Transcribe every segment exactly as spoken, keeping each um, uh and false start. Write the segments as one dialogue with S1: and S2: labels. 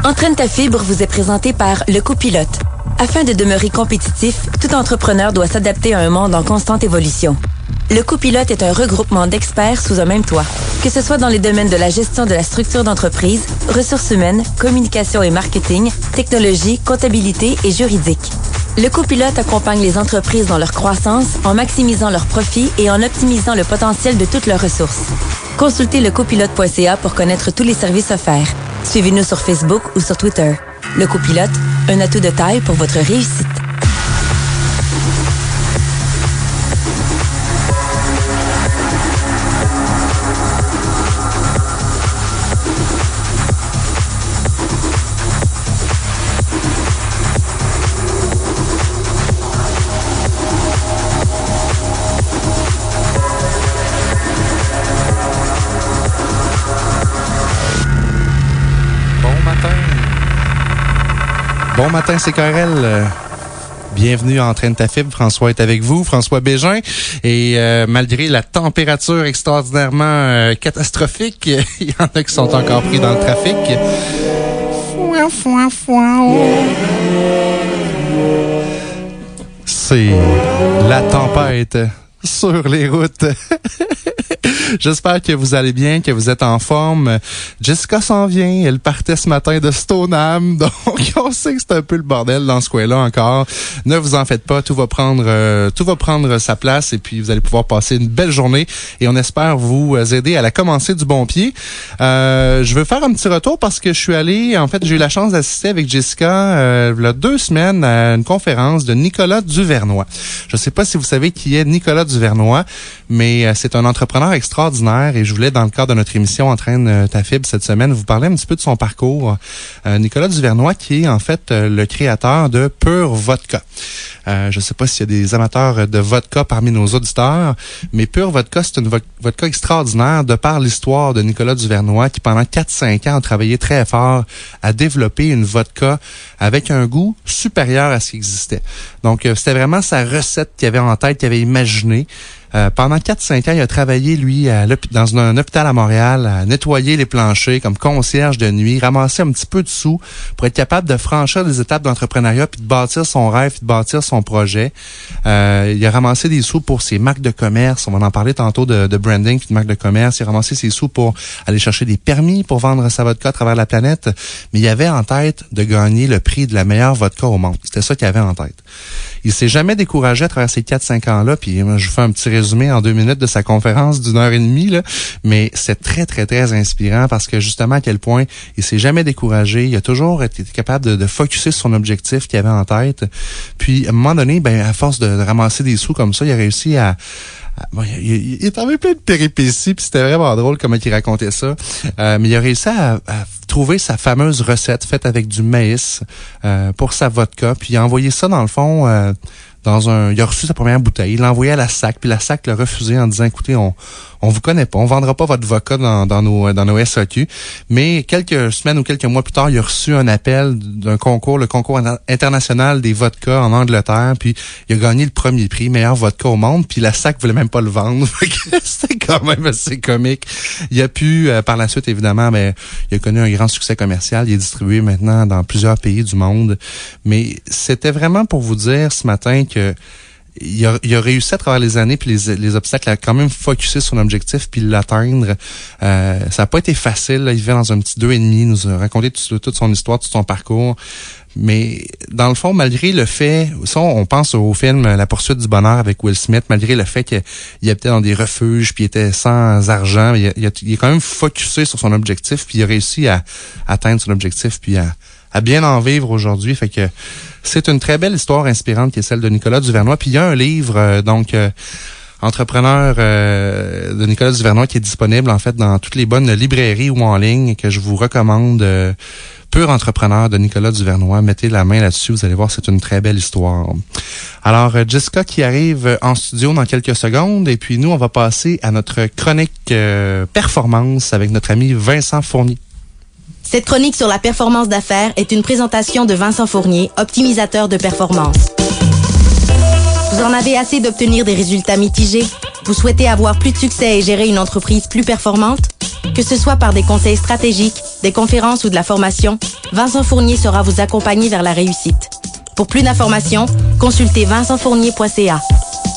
S1: Entraîne ta fibre vous est présenté par Le Copilote. Afin de demeurer compétitif, tout entrepreneur doit s'adapter à un monde en constante évolution. Le Copilote est un regroupement d'experts sous un même toit. Que ce soit dans les domaines de la gestion de la structure d'entreprise, ressources humaines, communication et marketing, technologie, comptabilité et juridique. Le Copilote accompagne les entreprises dans leur croissance en maximisant leurs profits et en optimisant le potentiel de toutes leurs ressources. Consultez le copilote point c a pour connaître tous les services offerts. Suivez-nous sur Facebook ou sur Twitter. Le Copilote, un atout de taille pour votre réussite.
S2: Bon matin, c'est Corel. Bienvenue à Entraîne ta fibre. François est avec vous, François Bégin. Et euh, malgré la température extraordinairement euh, catastrophique, il y en a qui sont encore pris dans le trafic. Fouin, fouin, fouin. C'est la tempête sur les routes. J'espère que vous allez bien, que vous êtes en forme. Jessica s'en vient. Elle partait ce matin de Stoneham. Donc, on sait que c'est un peu le bordel dans ce coin-là encore. Ne vous en faites pas. Tout va prendre, euh, tout va prendre sa place et puis vous allez pouvoir passer une belle journée et on espère vous aider à la commencer du bon pied. Euh, je veux faire un petit retour parce que je suis allé, en fait, j'ai eu la chance d'assister avec Jessica, euh, il y a deux semaines à une conférence de Nicolas Duvernois. Je ne sais pas si vous savez qui est Nicolas Duvernois, mais euh, c'est un entrepreneur extraordinaire. extraordinaire et je voulais, dans le cadre de notre émission Entraîne ta fibre cette semaine, vous parler un petit peu de son parcours. Euh, Nicolas Duvernois, qui est en fait euh, le créateur de Pure Vodka. Euh, je ne sais pas s'il y a des amateurs de vodka parmi nos auditeurs, mais Pure Vodka, c'est une vo- vodka extraordinaire de par l'histoire de Nicolas Duvernois qui, pendant quatre cinq ans, a travaillé très fort à développer une vodka avec un goût supérieur à ce qui existait. Donc, euh, c'était vraiment sa recette qu'il avait en tête, qu'il avait imaginé. Euh, pendant quatre cinq ans, il a travaillé, lui, à dans un, un hôpital à Montréal, à nettoyer les planchers comme concierge de nuit, ramasser un petit peu de sous pour être capable de franchir des étapes d'entrepreneuriat puis de bâtir son rêve, puis de bâtir son projet. Euh, il a ramassé des sous pour ses marques de commerce. On va en parler tantôt de, de branding puis de marques de commerce. Il a ramassé ses sous pour aller chercher des permis pour vendre sa vodka à travers la planète. Mais il avait en tête de gagner le prix de la meilleure vodka au monde. C'était ça qu'il avait en tête. Il s'est jamais découragé à travers ces quatre cinq ans-là. Puis moi, je vous fais un petit résumé en deux minutes de sa conférence d'une heure et demie, là. Mais c'est très, très, très inspirant parce que justement, à quel point il s'est jamais découragé. Il a toujours été capable de, de focusser sur son objectif qu'il avait en tête. Puis, à un moment donné, ben, à force de, de ramasser des sous comme ça, il a réussi à... à bon, il, il, il est tombé plein de péripéties, puis c'était vraiment drôle comment il racontait ça. Euh, mais il a réussi à, à trouver sa fameuse recette faite avec du maïs euh, pour sa vodka. Puis il a envoyé ça, dans le fond... Euh, Dans un, il a reçu sa première bouteille, il l'a envoyé à la S A C, puis la S A C l'a refusé en disant, écoutez, on, on vous connaît pas, on vendra pas votre vodka dans, dans nos, dans nos S A Q. Mais quelques semaines ou quelques mois plus tard, il a reçu un appel d'un concours, le concours international des vodkas en Angleterre, puis il a gagné le premier prix, meilleur vodka au monde, puis la S A C voulait même pas le vendre. C'était quand même assez comique. Il a pu, euh, par la suite, évidemment, mais il a connu un grand succès commercial. Il est distribué maintenant dans plusieurs pays du monde. Mais c'était vraiment pour vous dire ce matin que que il a, il a réussi à travers les années puis les, les obstacles à quand même focusser sur son objectif puis l'atteindre. Euh, ça n'a pas été facile. Là. Il vivait dans un petit deux et demi, il nous a raconté tout, toute son histoire, tout son parcours. Mais dans le fond, malgré le fait, ça, on pense au film La poursuite du bonheur avec Will Smith, malgré le fait qu'il habitait dans des refuges puis il était sans argent, il, a, il, a, il est quand même focusé sur son objectif puis il a réussi à, à atteindre son objectif puis à, à bien en vivre aujourd'hui. Fait que c'est une très belle histoire inspirante qui est celle de Nicolas Duvernois. Puis il y a un livre, euh, donc euh, entrepreneur euh, de Nicolas Duvernois qui est disponible en fait dans toutes les bonnes librairies ou en ligne que je vous recommande. Euh, Pur Entrepreneur de Nicolas Duvernois. Mettez la main là-dessus, vous allez voir, c'est une très belle histoire. Alors, Jessica qui arrive en studio dans quelques secondes et puis nous, on va passer à notre chronique euh, performance avec notre ami Vincent Fournier.
S3: Cette chronique sur la performance d'affaires est une présentation de Vincent Fournier, optimisateur de performance. Vous en avez assez d'obtenir des résultats mitigés? Vous souhaitez avoir plus de succès et gérer une entreprise plus performante? Que ce soit par des conseils stratégiques, des conférences ou de la formation, Vincent Fournier saura vous accompagner vers la réussite. Pour plus d'informations, consultez vincent fournier point c a.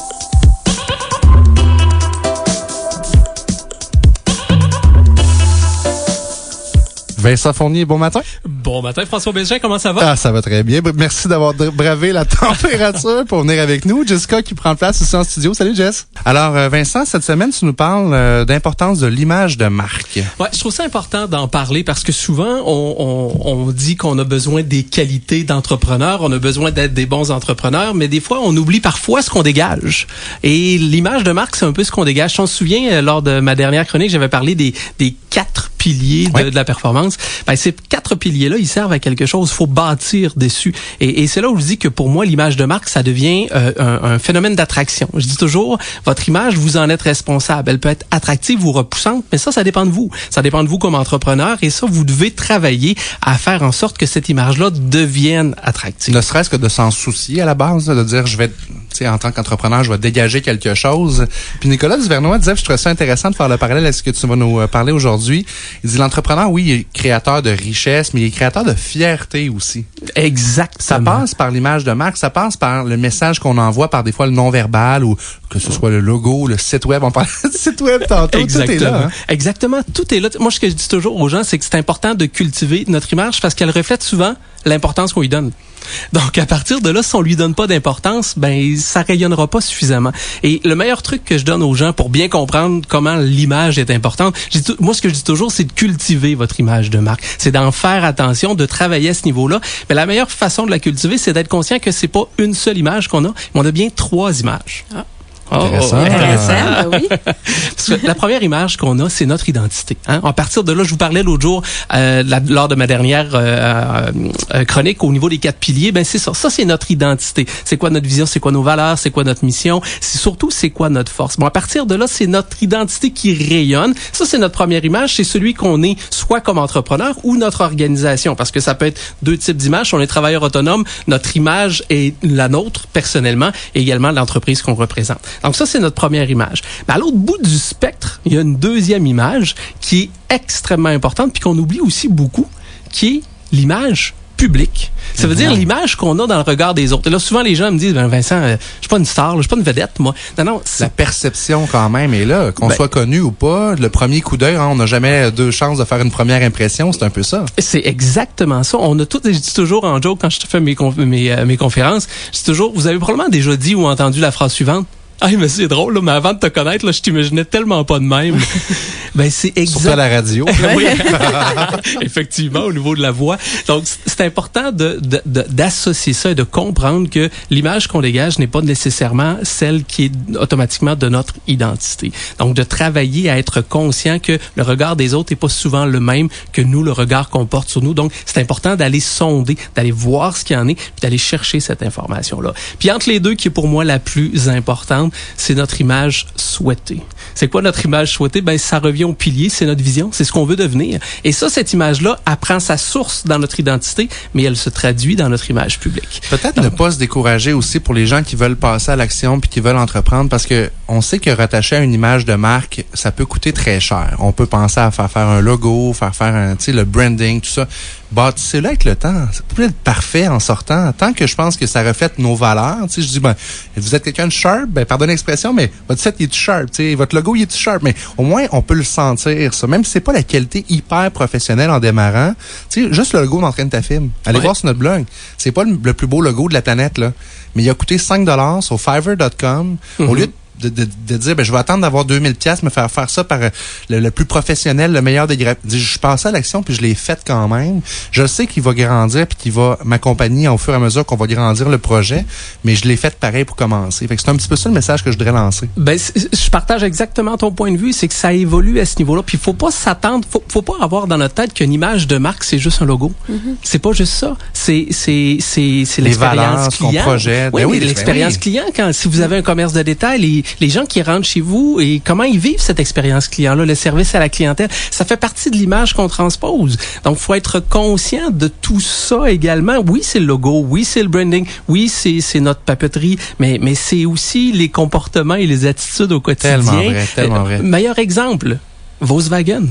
S2: Vincent Fournier, bon matin.
S4: Bon matin, François Bégin, comment ça va?
S2: Ah, ça va très bien. Merci d'avoir bravé la température pour venir avec nous. Jessica qui prend place ici en studio. Salut, Jess. Alors, Vincent, cette semaine, tu nous parles euh, d'importance de l'image de marque.
S4: Ouais, je trouve ça important d'en parler parce que souvent, on, on, on dit qu'on a besoin des qualités d'entrepreneurs, on a besoin d'être des bons entrepreneurs, mais des fois, on oublie parfois ce qu'on dégage. Et l'image de marque, c'est un peu ce qu'on dégage. Je me souviens, lors de ma dernière chronique, j'avais parlé des, des quatre piliers de, ouais. de la performance. Ben, ces quatre piliers-là, ils servent à quelque chose. Il faut bâtir dessus. Et, et c'est là où je dis que pour moi, l'image de marque, ça devient euh, un, un phénomène d'attraction. Je dis toujours, votre image, vous en êtes responsable. Elle peut être attractive ou repoussante, mais ça, ça dépend de vous. Ça dépend de vous comme entrepreneur. Et ça, vous devez travailler à faire en sorte que cette image-là devienne attractive.
S2: Ne serait-ce que de s'en soucier à la base, de dire, je vais, tu sais, en tant qu'entrepreneur, je vais dégager quelque chose. Puis Nicolas Duvernois disait, je trouvais ça intéressant de faire le parallèle à ce que tu vas nous parler aujourd'hui. Il dit, l'entrepreneur, oui, il est créateur de richesse, mais il est créateur de fierté aussi.
S4: Exactement.
S2: Ça passe par l'image de marque, ça passe par le message qu'on envoie par des fois le non-verbal ou que ce soit le logo, le site web. On parle du site web tantôt.
S4: Exactement.
S2: Tout est là. Hein?
S4: Exactement. Tout est là. Moi, ce que je dis toujours aux gens, c'est que c'est important de cultiver notre image parce qu'elle reflète souvent l'importance qu'on lui donne. Donc, à partir de là, si on lui donne pas d'importance, ben, ça rayonnera pas suffisamment. Et le meilleur truc que je donne aux gens pour bien comprendre comment l'image est importante, je dis, moi, ce que je dis toujours, c'est de cultiver votre image de marque. C'est d'en faire attention, de travailler à ce niveau-là. Mais la meilleure façon de la cultiver, c'est d'être conscient que c'est pas une seule image qu'on a, mais on a bien trois images.
S1: Ah.
S2: Intéressant.
S1: Oh, intéressant, oui.
S4: Parce que la première image qu'on a, c'est notre identité. Hein? À partir de là, je vous parlais l'autre jour, euh, la, lors de ma dernière euh, euh, chronique, au niveau des quatre piliers, ben c'est ça. Ça, c'est notre identité. C'est quoi notre vision, c'est quoi nos valeurs, c'est quoi notre mission, c'est surtout c'est quoi notre force. Bon, à partir de là, c'est notre identité qui rayonne. Ça, c'est notre première image. C'est celui qu'on est, soit comme entrepreneur ou notre organisation. Parce que ça peut être deux types d'images. Si on est travailleur autonome, notre image est la nôtre, personnellement, et également l'entreprise qu'on représente. Donc ça, c'est notre première image. Mais à l'autre bout du spectre, il y a une deuxième image qui est extrêmement importante puis qu'on oublie aussi beaucoup, qui est l'image publique. Ça veut dire l'image qu'on a dans le regard des autres. Et là, souvent, les gens me disent, ben, Vincent, euh, je suis pas une star, là, je suis pas une vedette, moi. Non, non. C'est...
S2: La perception, quand même, est là. Qu'on ben, soit connu ou pas, le premier coup d'œil, hein, on n'a jamais deux chances de faire une première impression. C'est un peu ça.
S4: C'est exactement ça. On a tout, je dis toujours en joke, quand je fais mes, conf- mes, euh, mes conférences, je dis toujours, vous avez probablement déjà dit ou entendu la phrase suivante. Ah, mais c'est drôle, là, mais avant de te connaître, là, je t'imaginais tellement pas de même. Ben, c'est exact.
S2: Surtout à la radio.
S4: Oui. Effectivement, au niveau de la voix. Donc, c'est important de, de, de, d'associer ça et de comprendre que l'image qu'on dégage n'est pas nécessairement celle qui est automatiquement de notre identité. Donc, de travailler à être conscient que le regard des autres n'est pas souvent le même que nous, le regard qu'on porte sur nous. Donc, c'est important d'aller sonder, d'aller voir ce qu'il y en est, puis d'aller chercher cette information-là. Puis, entre les deux, qui est pour moi la plus importante, c'est notre image souhaitée. C'est quoi notre image souhaitée? Ben, ça revient au pilier, c'est notre vision, c'est ce qu'on veut devenir. Et ça, cette image-là, elle prend sa source dans notre identité, mais elle se traduit dans notre image publique.
S2: Peut-être Donc, ne pas se décourager aussi pour les gens qui veulent passer à l'action puis qui veulent entreprendre, parce que on sait que rattacher à une image de marque, ça peut coûter très cher. On peut penser à faire faire un logo, faire faire un, tu sais, le branding, tout ça. Bâtissez-le avec le temps. Ça peut être parfait en sortant. Tant que je pense que ça reflète nos valeurs, tu sais, je dis, ben, vous êtes quelqu'un de sharp, ben, pardonnez l'expression, mais votre site, il est sharp, tu sais, votre logo, il est sharp, mais au moins, on peut le sentir, ça. Même si c'est pas la qualité hyper professionnelle en démarrant, tu sais, juste le logo d'entraîne de ta film. Allez ouais. voir sur notre blog. C'est pas le, le plus beau logo de la planète, là. Mais il a coûté cinq dollars sur fiverr point com. Mm-hmm. Au lieu de De, de, de dire, ben, je vais attendre d'avoir deux mille piastres, me faire faire ça par le, le plus professionnel, le meilleur des graphistes. Je passais à l'action, puis je l'ai fait quand même. Je sais qu'il va grandir, puis qu'il va m'accompagner au fur et à mesure qu'on va grandir le projet, mais je l'ai fait pareil pour commencer. Fait que c'est un petit peu ça le message que je voudrais lancer.
S4: Ben, je partage exactement ton point de vue, c'est que ça évolue à ce niveau-là, puis il faut pas s'attendre, faut, faut pas avoir dans notre tête qu'une image de marque, c'est juste un logo. Mm-hmm. C'est pas juste ça. C'est, c'est, c'est, c'est
S2: les
S4: l'expérience
S2: valeurs,
S4: client.
S2: Qu'on projette.
S4: Oui,
S2: ben oui,
S4: l'expérience
S2: ben oui.
S4: client, quand, si vous avez un commerce de détail, les, les gens qui rentrent chez vous et comment ils vivent cette expérience client-là, le service à la clientèle, ça fait partie de l'image qu'on transpose. Donc, faut être conscient de tout ça également. Oui, c'est le logo, oui, c'est le branding, oui, c'est, c'est notre papeterie, mais, mais c'est aussi les comportements et les attitudes au quotidien.
S2: Tellement vrai, tellement vrai.
S4: Euh, meilleur exemple, Volkswagen.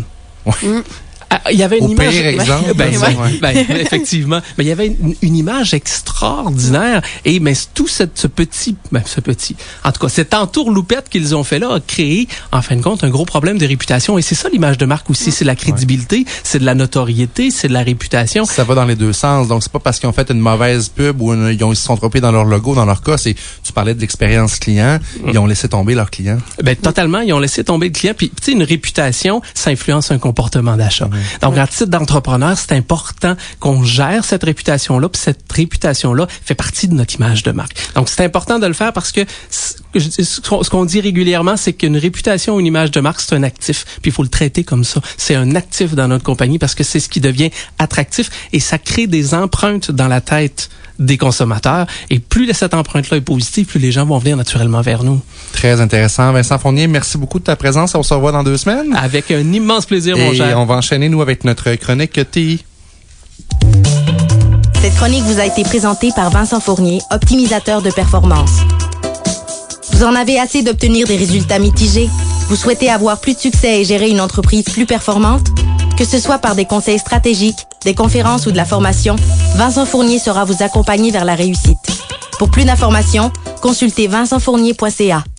S2: Ouais.
S4: Mm. Il y avait une
S2: Au
S4: image.
S2: Pire exemple,
S4: ben,
S2: ben,
S4: ben,
S2: ouais.
S4: ben, effectivement. Mais il y avait une, une image extraordinaire. Et mais tout cette, ce petit, ben, ce petit, en tout cas, cette entourloupette qu'ils ont fait là a créé, en fin de compte, un gros problème de réputation. Et c'est ça l'image de marque aussi. C'est de la crédibilité, ouais. c'est de la notoriété, c'est de la réputation.
S2: Ça va dans les deux sens. Donc c'est pas parce qu'ils ont fait une mauvaise pub ou une, ils, ont, ils se sont trompés dans leur logo. Dans leur cas, c'est, tu parlais de l'expérience client. Mm. Ils ont laissé tomber leurs clients. Ben
S4: totalement. Ils ont laissé tomber le client. Puis tu sais, une réputation, ça influence un comportement d'achat. Mm. Donc, en titre d'entrepreneur, c'est important qu'on gère cette réputation-là, puis cette réputation-là fait partie de notre image de marque. Donc, c'est important de le faire parce que ce qu'on dit régulièrement, c'est qu'une réputation ou une image de marque, c'est un actif, puis il faut le traiter comme ça. C'est un actif dans notre compagnie parce que c'est ce qui devient attractif et ça crée des empreintes dans la tête des consommateurs. Et plus cette empreinte-là est positive, plus les gens vont venir naturellement vers nous.
S2: Très intéressant. Vincent Fournier, merci beaucoup de ta présence. On se revoit dans deux semaines.
S4: Avec un immense plaisir,
S2: Et
S4: mon cher.
S2: Et on va enchaîner, nous, avec notre chronique T I.
S3: Cette chronique vous a été présentée par Vincent Fournier, optimisateur de performance. Vous en avez assez d'obtenir des résultats mitigés? Vous souhaitez avoir plus de succès et gérer une entreprise plus performante? Que ce soit par des conseils stratégiques, des conférences ou de la formation, Vincent Fournier saura vous accompagner vers la réussite. Pour plus d'informations, consultez vincent fournier point c a.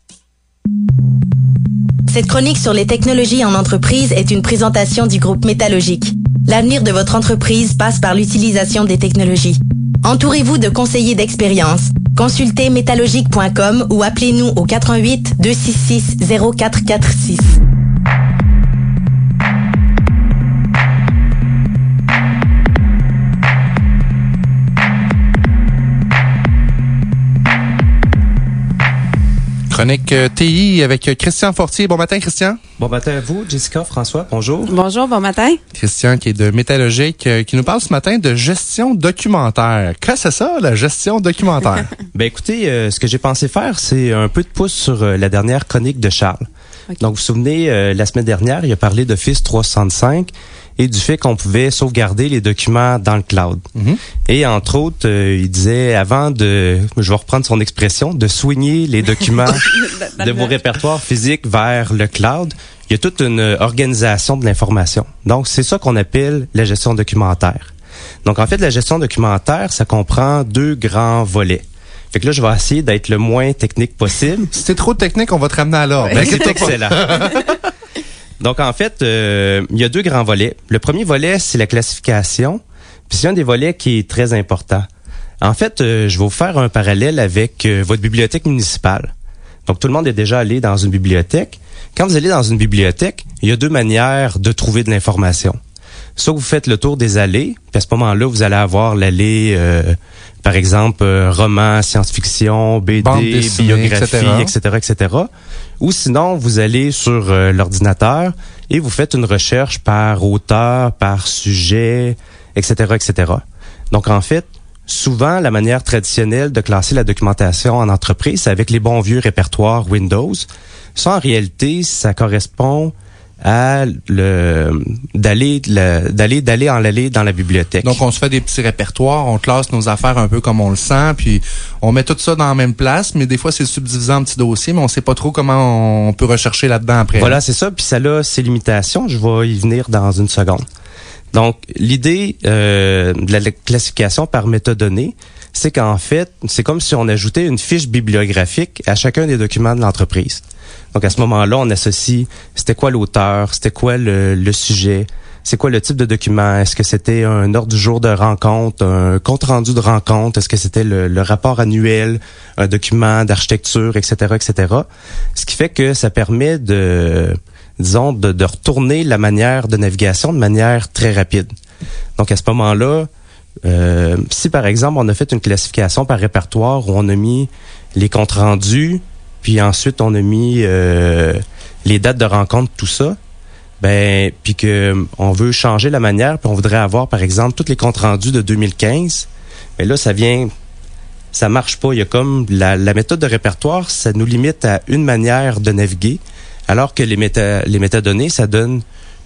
S3: Cette chronique sur les technologies en entreprise est une présentation du groupe Métallogique. L'avenir de votre entreprise passe par l'utilisation des technologies. Entourez-vous de conseillers d'expérience. Consultez métallogique point com ou appelez-nous au quatre un huit, deux six six, zéro quatre quatre six.
S2: Chronique T I avec Christian Fortier. Bon matin, Christian.
S5: Bon matin à vous, Jessica, François, bonjour.
S6: Bonjour, bon matin.
S2: Christian qui est de Métallogique, qui nous parle ce matin de gestion documentaire. Qu'est-ce que c'est ça, la gestion documentaire?
S5: Ben écoutez, euh, ce que j'ai pensé faire, c'est un peu de pouce sur euh, la dernière chronique de Charles. Okay. Donc, vous vous souvenez, euh, la semaine dernière, il a parlé d'Office trois cent soixante-cinq et du fait qu'on pouvait sauvegarder les documents dans le cloud. Mm-hmm. Et entre autres, euh, il disait, avant de, je vais reprendre son expression, de soigner les documents de vos répertoires physiques vers le cloud, il y a toute une organisation de l'information. Donc, c'est ça qu'on appelle la gestion documentaire. Donc, en fait, la gestion documentaire, ça comprend deux grands volets. Fait que là, je vais essayer d'être le moins technique possible.
S2: Si c'est trop technique, on va te ramener à l'ordre.
S5: Ben, c'est excellent. Donc, en fait, euh, il y a deux grands volets. Le premier volet, c'est la classification. Puis c'est un des volets qui est très important. En fait, euh, je vais vous faire un parallèle avec euh, votre bibliothèque municipale. Donc, tout le monde est déjà allé dans une bibliothèque. Quand vous allez dans une bibliothèque, il y a deux manières de trouver de l'information. Soit vous faites le tour des allées, puis à ce moment-là, vous allez avoir l'allée, euh, par exemple, euh, roman, science-fiction, B D, biographie, et cetera, et cetera. Ou sinon, vous allez sur euh, l'ordinateur et vous faites une recherche par auteur, par sujet, et cetera, et cetera. Donc, en fait, souvent, la manière traditionnelle de classer la documentation en entreprise, c'est avec les bons vieux répertoires Windows. Ça, en réalité, ça correspond à le d'aller le, d'aller d'aller en aller dans la bibliothèque.
S2: Donc on se fait des petits répertoires, on classe nos affaires un peu comme on le sent, puis on met tout ça dans la même place, mais des fois c'est subdivisé en petits dossiers, mais on sait pas trop comment on peut rechercher là-dedans après.
S5: Voilà, c'est ça, puis ça a ses limitations, je vais y venir dans une seconde. Donc l'idée euh, de la classification par métadonnées, c'est qu'en fait, c'est comme si on ajoutait une fiche bibliographique à chacun des documents de l'entreprise. Donc, à ce moment-là, on associe c'était quoi l'auteur, c'était quoi le, le sujet, c'est quoi le type de document, est-ce que c'était un ordre du jour de rencontre, un compte-rendu de rencontre, est-ce que c'était le, le rapport annuel, un document d'architecture, et cetera, et cetera. Ce qui fait que ça permet de, disons, de, de retourner la manière de navigation de manière très rapide. Donc, à ce moment-là, euh, si par exemple, on a fait une classification par répertoire où on a mis les comptes rendus, puis ensuite on a mis euh, les dates de rencontre, tout ça, ben puis que on veut changer la manière, puis on voudrait avoir par exemple tous les comptes rendus de deux mille quinze, ben là ça vient, ça marche pas. Il y a comme la, la méthode de répertoire, ça nous limite à une manière de naviguer, alors que les méta les métadonnées, ça donne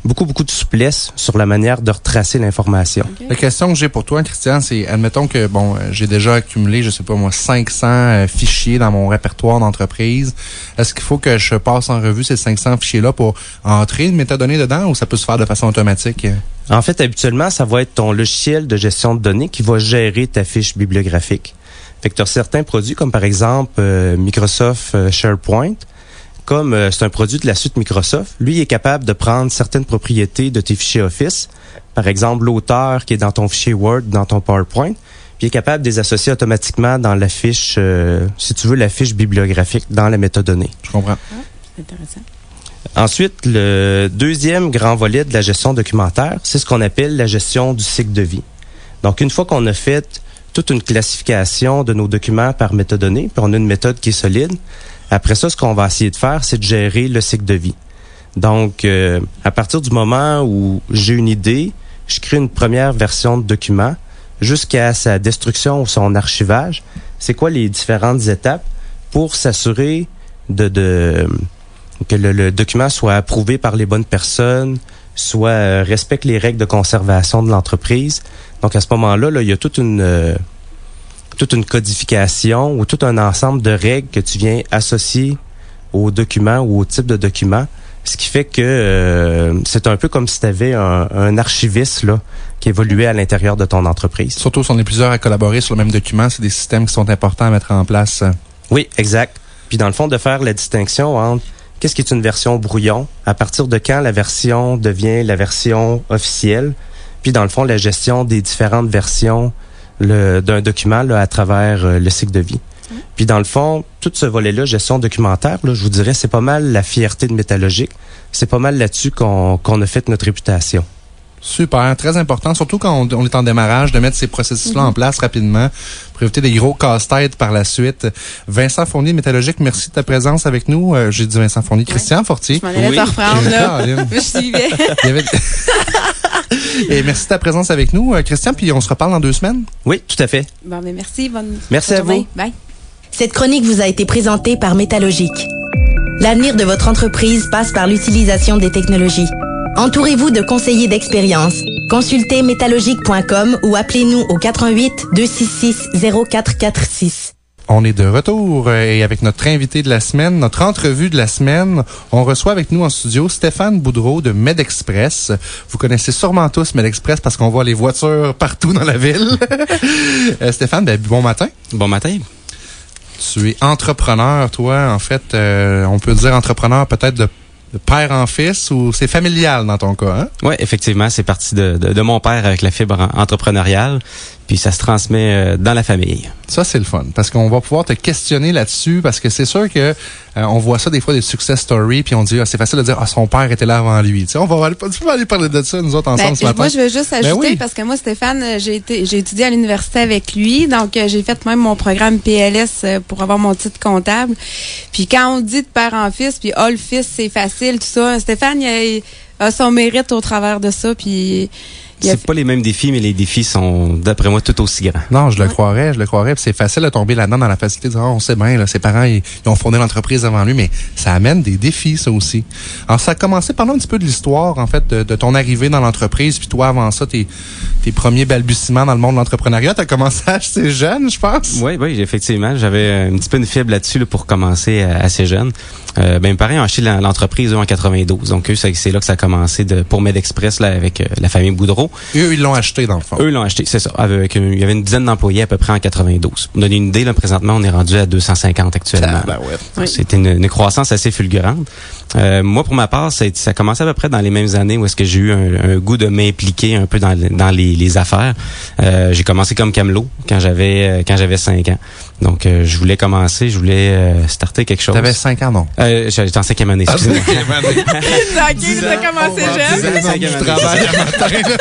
S5: beaucoup, beaucoup de souplesse sur la manière de retracer l'information.
S2: Okay. La question que j'ai pour toi, Christian, c'est, admettons que, bon, j'ai déjà accumulé, je sais pas moi, cinq cents euh, fichiers dans mon répertoire d'entreprise. Est-ce qu'il faut que je passe en revue ces cinq cents fichiers-là pour entrer une métadonnée dedans ou ça peut se faire de façon automatique?
S5: En fait, habituellement, ça va être ton logiciel de gestion de données qui va gérer ta fiche bibliographique. Fait que tu as certains produits, comme par exemple euh, Microsoft euh, SharePoint. Comme euh, c'est un produit de la suite Microsoft, lui il est capable de prendre certaines propriétés de tes fichiers Office, par exemple l'auteur qui est dans ton fichier Word, dans ton PowerPoint, puis il est capable de les associer automatiquement dans la fiche, euh, si tu veux, la fiche bibliographique dans la métadonnée.
S2: Je comprends.
S6: Ah, c'est intéressant.
S5: Ensuite, le deuxième grand volet de la gestion documentaire, c'est ce qu'on appelle la gestion du cycle de vie. Donc, une fois qu'on a fait toute une classification de nos documents par métadonnée, puis on a une méthode qui est solide, après ça, ce qu'on va essayer de faire, c'est de gérer le cycle de vie. Donc, euh, à partir du moment où j'ai une idée, je crée une première version de document jusqu'à sa destruction ou son archivage. C'est quoi les différentes étapes pour s'assurer de, de que le, le document soit approuvé par les bonnes personnes, soit euh, respecte les règles de conservation de l'entreprise. Donc, à ce moment-là, là, il y a toute une... Euh, toute une codification ou tout un ensemble de règles que tu viens associer au document ou au type de document, ce qui fait que euh, c'est un peu comme si tu avais un, un archiviste là, qui évoluait à l'intérieur de ton entreprise.
S2: Surtout si on est plusieurs à collaborer sur le même document, c'est des systèmes qui sont importants à mettre en place.
S5: Oui, exact. Puis dans le fond, de faire la distinction entre qu'est-ce qui est une version brouillon, à partir de quand la version devient la version officielle, puis dans le fond, la gestion des différentes versions Le, d'un document là, à travers euh, le cycle de vie. Mmh. Puis dans le fond, tout ce volet-là, gestion documentaire, là, je vous dirais, c'est pas mal la fierté de Métallogique. C'est pas mal là-dessus qu'on, qu'on a fait notre réputation.
S2: Super, très important, surtout quand on, on est en démarrage, de mettre ces processus-là mmh. en place rapidement pour éviter des gros casse-têtes par la suite. Vincent Fournier, Métallogique, merci de ta présence avec nous. Euh, j'ai dit Vincent Fournier, ouais. Christian Fortier.
S6: Je m'en allais oui. te reprendre, là. Je suivais.
S2: Il y avait... Et merci de ta présence avec nous, Christian, puis on se reparle dans deux semaines.
S5: Oui, tout à fait.
S6: Bon, mais merci. Bonne
S5: merci
S6: bonne
S5: à vous.
S6: Bye.
S3: Cette chronique vous a été présentée par Métallogique. L'avenir de votre entreprise passe par l'utilisation des technologies. Entourez-vous de conseillers d'expérience. Consultez métallogique point com ou appelez-nous au quatre un huit, deux six six, zéro quatre quatre six.
S2: On est de retour et avec notre invité de la semaine, notre entrevue de la semaine, on reçoit avec nous en studio Stéphane Boudreau de MedExpress. Vous connaissez sûrement tous MedExpress parce qu'on voit les voitures partout dans la ville. euh, Stéphane, ben, bon matin.
S7: Bon matin.
S2: Tu es entrepreneur, toi, en fait, euh, on peut dire entrepreneur peut-être de de père en fils ou c'est familial dans ton cas, hein?
S7: Oui, effectivement, c'est parti de, de, de mon père avec la fibre entrepreneuriale, puis ça se transmet euh, dans la famille.
S2: Ça, c'est le fun, parce qu'on va pouvoir te questionner là-dessus, parce que c'est sûr que euh, on voit ça des fois, des success stories, puis on dit, ah, c'est facile de dire, ah, son père était là avant lui. Tu sais, on va aller, tu peux aller parler de ça, nous autres, ensemble
S6: ben,
S2: ce matin.
S6: Moi, je veux juste ajouter,
S2: ben oui.
S6: parce que moi, Stéphane, j'ai été, j'ai étudié à l'université avec lui, donc euh, j'ai fait même mon programme P L S euh, pour avoir mon titre comptable. Puis quand on dit de père en fils, puis ah, le fils, c'est facile, tout ça, Stéphane, il a, a son mérite au travers de ça, puis...
S7: C'est pas les mêmes défis, mais les défis sont, d'après moi, tout aussi grands.
S2: Non, je le ouais. croirais, je le croirais. Puis c'est facile de tomber là-dedans dans la facilité de dire, oh, on sait bien, là, ses parents, ils, ils ont fondé l'entreprise avant lui, mais ça amène des défis, ça aussi. Alors, ça a commencé, parlons un petit peu de l'histoire, en fait, de, de ton arrivée dans l'entreprise, puis toi, avant ça, tes, tes premiers balbutiements dans le monde de l'entrepreneuriat. T'as commencé assez jeune, je pense.
S7: Oui, oui, effectivement. J'avais un petit peu une fibre là-dessus, là, pour commencer assez jeune. Euh, ben, mes parents ont acheté l'entreprise, eux, en quatre-vingt-douze. Donc, eux, c'est là que ça a commencé de, pour MedExpress, là, avec euh, la famille Boudreau.
S2: Et eux, ils l'ont acheté, dans le fond.
S7: Eux l'ont acheté, c'est ça. Avec, il y avait une dizaine d'employés à peu près en quatre-vingt-douze. Pour donner une idée, là, présentement, on est rendu à deux cent cinquante actuellement.
S2: Ah, ben ouais.
S7: Oui. C'était une, une croissance assez fulgurante. Euh, moi, pour ma part, ça a, ça a commencé à peu près dans les mêmes années où est-ce que j'ai eu un, un goût de m'impliquer un peu dans, dans les, les affaires. Euh, j'ai commencé comme camelot quand j'avais quand j'avais cinq ans. Donc, euh, je voulais commencer, je voulais euh, starter quelque chose.
S2: T'avais cinq ans, non?
S7: Euh, j'étais en cinquième année, excusez-moi.
S6: Ah, cinquième année. Tu as commencé jeune.
S2: Je travaille à matin,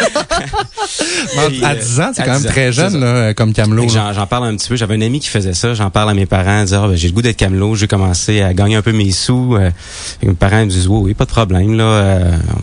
S2: là. À dix ans, c'est quand même très jeune, là, comme camelot.
S7: J'en, j'en parle un petit peu. J'avais un ami qui faisait ça. J'en parle à mes parents, dire, oh, ben, j'ai le goût d'être camelot. J'ai commencé à gagner un peu mes sous. Euh, et mes parents me disent, oui, oui, pas de problème, là. Euh,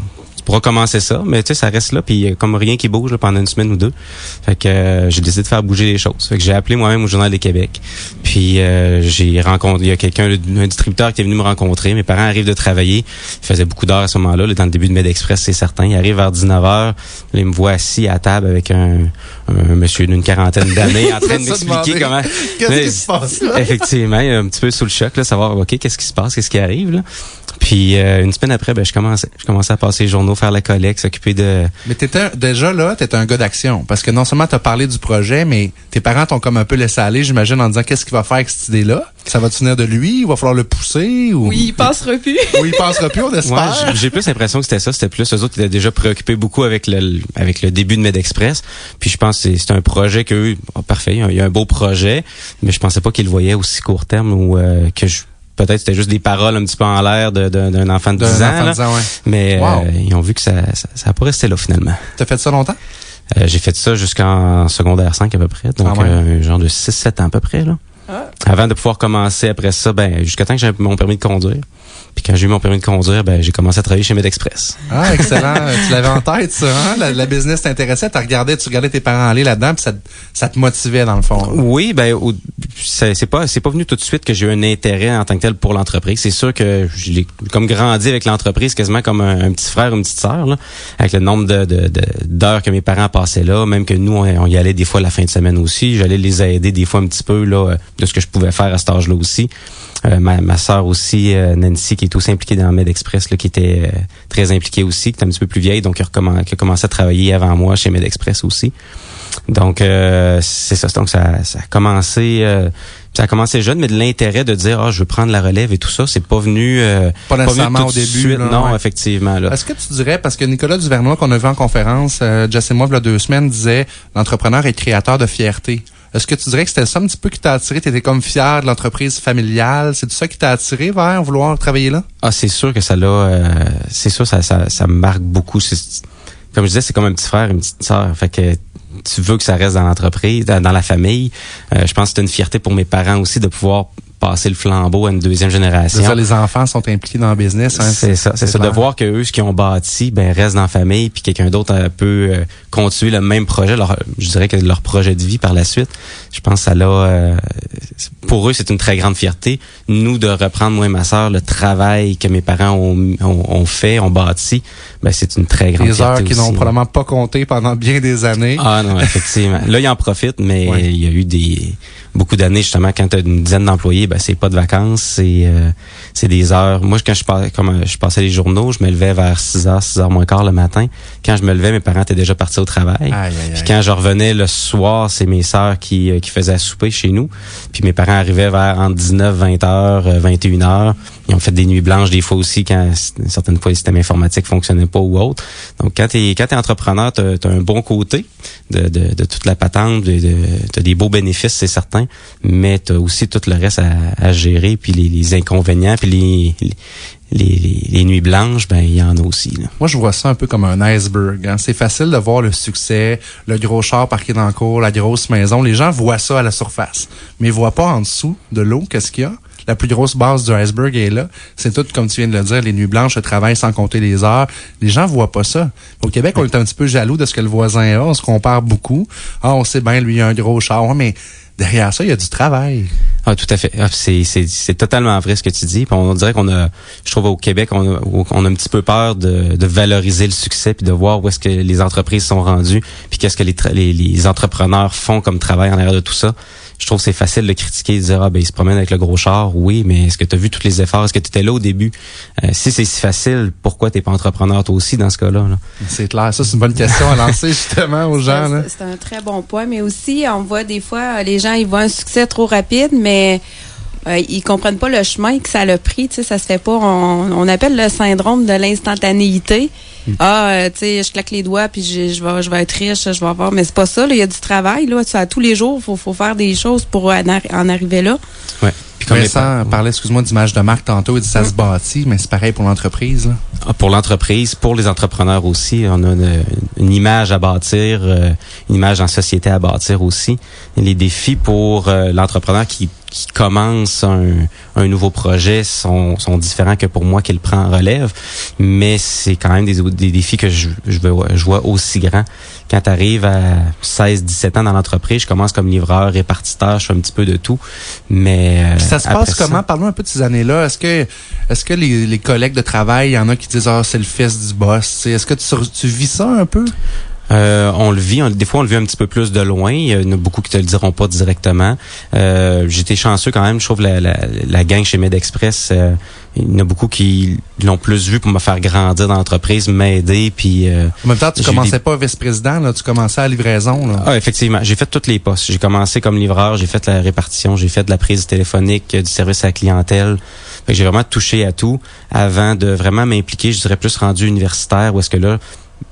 S7: pour recommencer ça, mais tu sais, ça reste là, puis comme rien qui bouge là, pendant une semaine ou deux. Fait que euh, j'ai décidé de faire bouger les choses. Fait que j'ai appelé moi-même au Journal de Québec. Puis euh, j'ai rencontré, il y a quelqu'un, un distributeur qui est venu me rencontrer. Mes parents arrivent de travailler. Ils faisaient beaucoup d'heures à ce moment-là, là, dans le début de MedExpress, c'est certain. Ils arrivent vers dix-neuf heures. Là, ils me voient assis à table avec un, un monsieur d'une quarantaine d'années en train de m'expliquer comment...
S2: Qu'est-ce mais, qui se passe là?
S7: Effectivement, un petit peu sous le choc, là, savoir, OK, qu'est-ce qui se passe, qu'est-ce qui arrive, là. Puis euh, une semaine après, ben je commençais, je commençais à passer les journaux, faire la collecte, s'occuper de.
S2: Mais t'étais déjà là, t'étais un gars d'action, parce que non seulement t'as parlé du projet, mais tes parents t'ont comme un peu laissé aller, j'imagine, en disant qu'est-ce qu'il va faire avec cette idée-là. Ça va venir de lui, ou va falloir le pousser, ou.
S6: Oui, il passera plus.
S2: Oui, il passera plus, on espère.
S7: Ouais, j'ai plus l'impression que c'était ça. C'était plus eux autres qui étaient déjà préoccupés beaucoup avec le avec le début de MedExpress. Puis je pense que c'est un projet que oh, parfait, il y a un beau projet, mais je pensais pas qu'ils le voyaient aussi court terme ou euh, que je. Peut-être c'était juste des paroles un petit peu en l'air de, de, d'un enfant de dix ans. Là. dix ans ouais. Mais wow. euh, ils ont vu que ça ça, ça a pas resté là finalement.
S2: T'as fait ça longtemps?
S7: Euh, j'ai fait ça jusqu'en secondaire cinq à peu près. Donc ah ouais. euh, un genre de six sept ans à peu près. Là. Ah. Avant de pouvoir commencer après ça, ben jusqu'à temps que j'ai mon permis de conduire. Puis quand j'ai eu mon permis de conduire, ben j'ai commencé à travailler chez MedExpress.
S2: Ah, excellent. Tu l'avais en tête, ça, hein? La, la business t'intéressait, t'as regardé, tu regardais tes parents aller là-dedans, puis ça, ça te motivait dans le fond. Là.
S7: Oui, ben au, c'est, c'est pas c'est pas venu tout de suite que j'ai eu un intérêt en tant que tel pour l'entreprise. C'est sûr que j'ai comme grandi avec l'entreprise quasiment comme un, un petit frère, une petite sœur, là, avec le nombre de, de, de d'heures que mes parents passaient là, même que nous on, on y allait des fois la fin de semaine aussi. J'allais les aider des fois un petit peu là de ce que je pouvais faire à cet âge-là aussi. Euh, ma, ma sœur aussi, euh, Nancy, qui est aussi impliquée dans MedExpress, là, qui était euh, très impliquée aussi, qui est un petit peu plus vieille, donc qui a, recomm- qui a commencé à travailler avant moi chez MedExpress aussi. Donc euh, c'est ça, donc ça, ça a commencé, euh, ça a commencé jeune, mais de l'intérêt de dire ah oh, je veux prendre la relève et tout ça, c'est pas venu, euh,
S2: pas nécessairement
S7: pas venu tout
S2: au
S7: de
S2: début.
S7: Suite,
S2: là,
S7: non,
S2: ouais.
S7: effectivement. Là.
S2: Est-ce que tu dirais, parce que Nicolas Duvernois qu'on a vu en conférence, euh, Jess et moi, il y a deux semaines, disait l'entrepreneur est créateur de fierté. Est-ce que tu dirais que c'était ça un petit peu qui t'a attiré? T'étais comme fier de l'entreprise familiale. C'est tout ça qui t'a attiré vers vouloir travailler là?
S7: Ah, c'est sûr que ça l'a, euh, c'est sûr, ça, ça, ça me marque beaucoup. C'est, comme je disais, c'est comme un petit frère, une petite sœur. Fait que tu veux que ça reste dans l'entreprise, dans, dans la famille. Euh, je pense que c'était une fierté pour mes parents aussi de pouvoir passer le flambeau à une deuxième génération.
S2: C'est ça, les enfants sont impliqués dans le business. Hein,
S7: c'est, c'est ça, c'est, c'est ça, de voir que eux, ce qu'ils ont bâti, ben restent dans la famille, puis quelqu'un d'autre euh, peut euh, continuer le même projet, leur, je dirais que leur projet de vie par la suite. Je pense que ça l'a, euh, pour eux, c'est une très grande fierté. Nous, de reprendre, moi et ma sœur, le travail que mes parents ont, ont, ont fait, ont bâti, ben c'est une très grande
S2: les
S7: fierté
S2: heures qui
S7: aussi,
S2: n'ont
S7: ouais.
S2: probablement pas compté pendant bien des années.
S7: Ah non, effectivement. Là, ils en profitent, mais ouais. il y a eu des beaucoup d'années justement quand tu as une dizaine d'employés, ben c'est pas de vacances, c'est euh, c'est des heures. Moi quand je passais comme je passais les journaux, je me levais vers six heures, six heures moins quart le matin. Quand je me levais, mes parents étaient déjà partis au travail. Aïe, aïe, aïe. Puis quand je revenais le soir, c'est mes sœurs qui qui faisaient à souper chez nous. Puis mes parents arrivaient vers entre dix-neuf, vingt heures, vingt et une heures. Ils ont fait des nuits blanches des fois aussi quand certaines fois le système informatique fonctionnait pas ou autre. Donc quand t'es quand t'es entrepreneur, t'as, t'as un bon côté de, de, de toute la patente, de, de, t'as des beaux bénéfices, c'est certain, mais t'as aussi tout le reste à, à gérer, puis les, les inconvénients, puis les, les Les, les, les nuits blanches, ben il y en a aussi. Là.
S2: Moi, je vois ça un peu comme un iceberg. Hein. C'est facile de voir le succès, le gros char parqué dans le cour, la grosse maison. Les gens voient ça à la surface, mais ils voient pas en dessous de l'eau qu'est-ce qu'il y a. La plus grosse base du iceberg est là. C'est tout, comme tu viens de le dire, les nuits blanches, le travail sans compter les heures. Les gens voient pas ça. Au Québec, on est un petit peu jaloux de ce que le voisin a. On se compare beaucoup. Ah, on sait bien, lui, il a un gros char. Ouais, mais derrière ça, il y a du travail.
S7: Ah, tout à fait. Ah, c'est, c'est, c'est totalement vrai ce que tu dis. Puis on dirait qu'on a, je trouve au Québec, on a, on a un petit peu peur de, de valoriser le succès puis de voir où est-ce que les entreprises sont rendues puis qu'est-ce que les, tra- les, les entrepreneurs font comme travail en arrière de tout ça. Je trouve que c'est facile de critiquer et de dire, ah, ben, ils se promènent avec le gros char. Oui, mais est-ce que tu as vu tous les efforts? Est-ce que tu étais là au début? Euh, si c'est si facile, pourquoi t'es pas entrepreneur toi aussi dans ce cas-là? Là?
S2: C'est clair. Ça, c'est une bonne question à lancer justement aux gens. Là.
S6: C'est, c'est un très bon point. Mais aussi, on voit des fois, les gens, ils voient un succès trop rapide, mais euh, ils comprennent pas le chemin que ça a pris. Tu sais, ça se fait pas. On, on appelle le syndrome de l'instantanéité. Mm. Ah, euh, tu sais, je claque les doigts puis je, je vais, je vais être riche, je vais avoir. Mais c'est pas ça. Il y a du travail là. Ça, tous les jours, faut, faut faire des choses pour en, en arriver là.
S7: Ouais.
S2: Puis comme Vincent parlait, excuse-moi, d'image de marque tantôt, il dit ça mm. se bâtit, mais c'est pareil pour l'entreprise. Là.
S7: Ah, pour l'entreprise, pour les entrepreneurs aussi, on a une, une image à bâtir, euh, une image en société à bâtir aussi. Et les défis pour euh, l'entrepreneur qui qui commence un, un nouveau projet sont, sont différents que pour moi qui le prend en relève, mais c'est quand même des, des défis que je, je, vois, je vois aussi grands. Quand tu arrives à seize dix-sept ans dans l'entreprise, je commence comme livreur, répartiteur, je fais un petit peu de tout, mais euh,
S2: ça se passe comment? Parle-nous un peu de ces années-là. Est-ce que est-ce que les, les collègues de travail, il y en a qui disent « Ah, c'est le fils du boss ». Est-ce que tu, tu vis ça un peu?
S7: Euh, on le vit, on, des fois on le vit un petit peu plus de loin. Il y en a beaucoup qui te le diront pas directement. Euh, j'étais chanceux quand même. Je trouve la, la, la gang chez MedExpress, euh, il y en a beaucoup qui l'ont plus vu pour me faire grandir dans l'entreprise, m'aider. Puis euh,
S2: en même temps, tu commençais
S7: des...
S2: pas vice-président, là, tu commençais à la livraison. Là.
S7: Ah, effectivement. J'ai fait toutes les postes. J'ai commencé comme livreur, j'ai fait la répartition, j'ai fait de la prise téléphonique, du service à la clientèle. Fait que j'ai vraiment touché à tout avant de vraiment m'impliquer. Je dirais plus rendu universitaire, où est-ce que là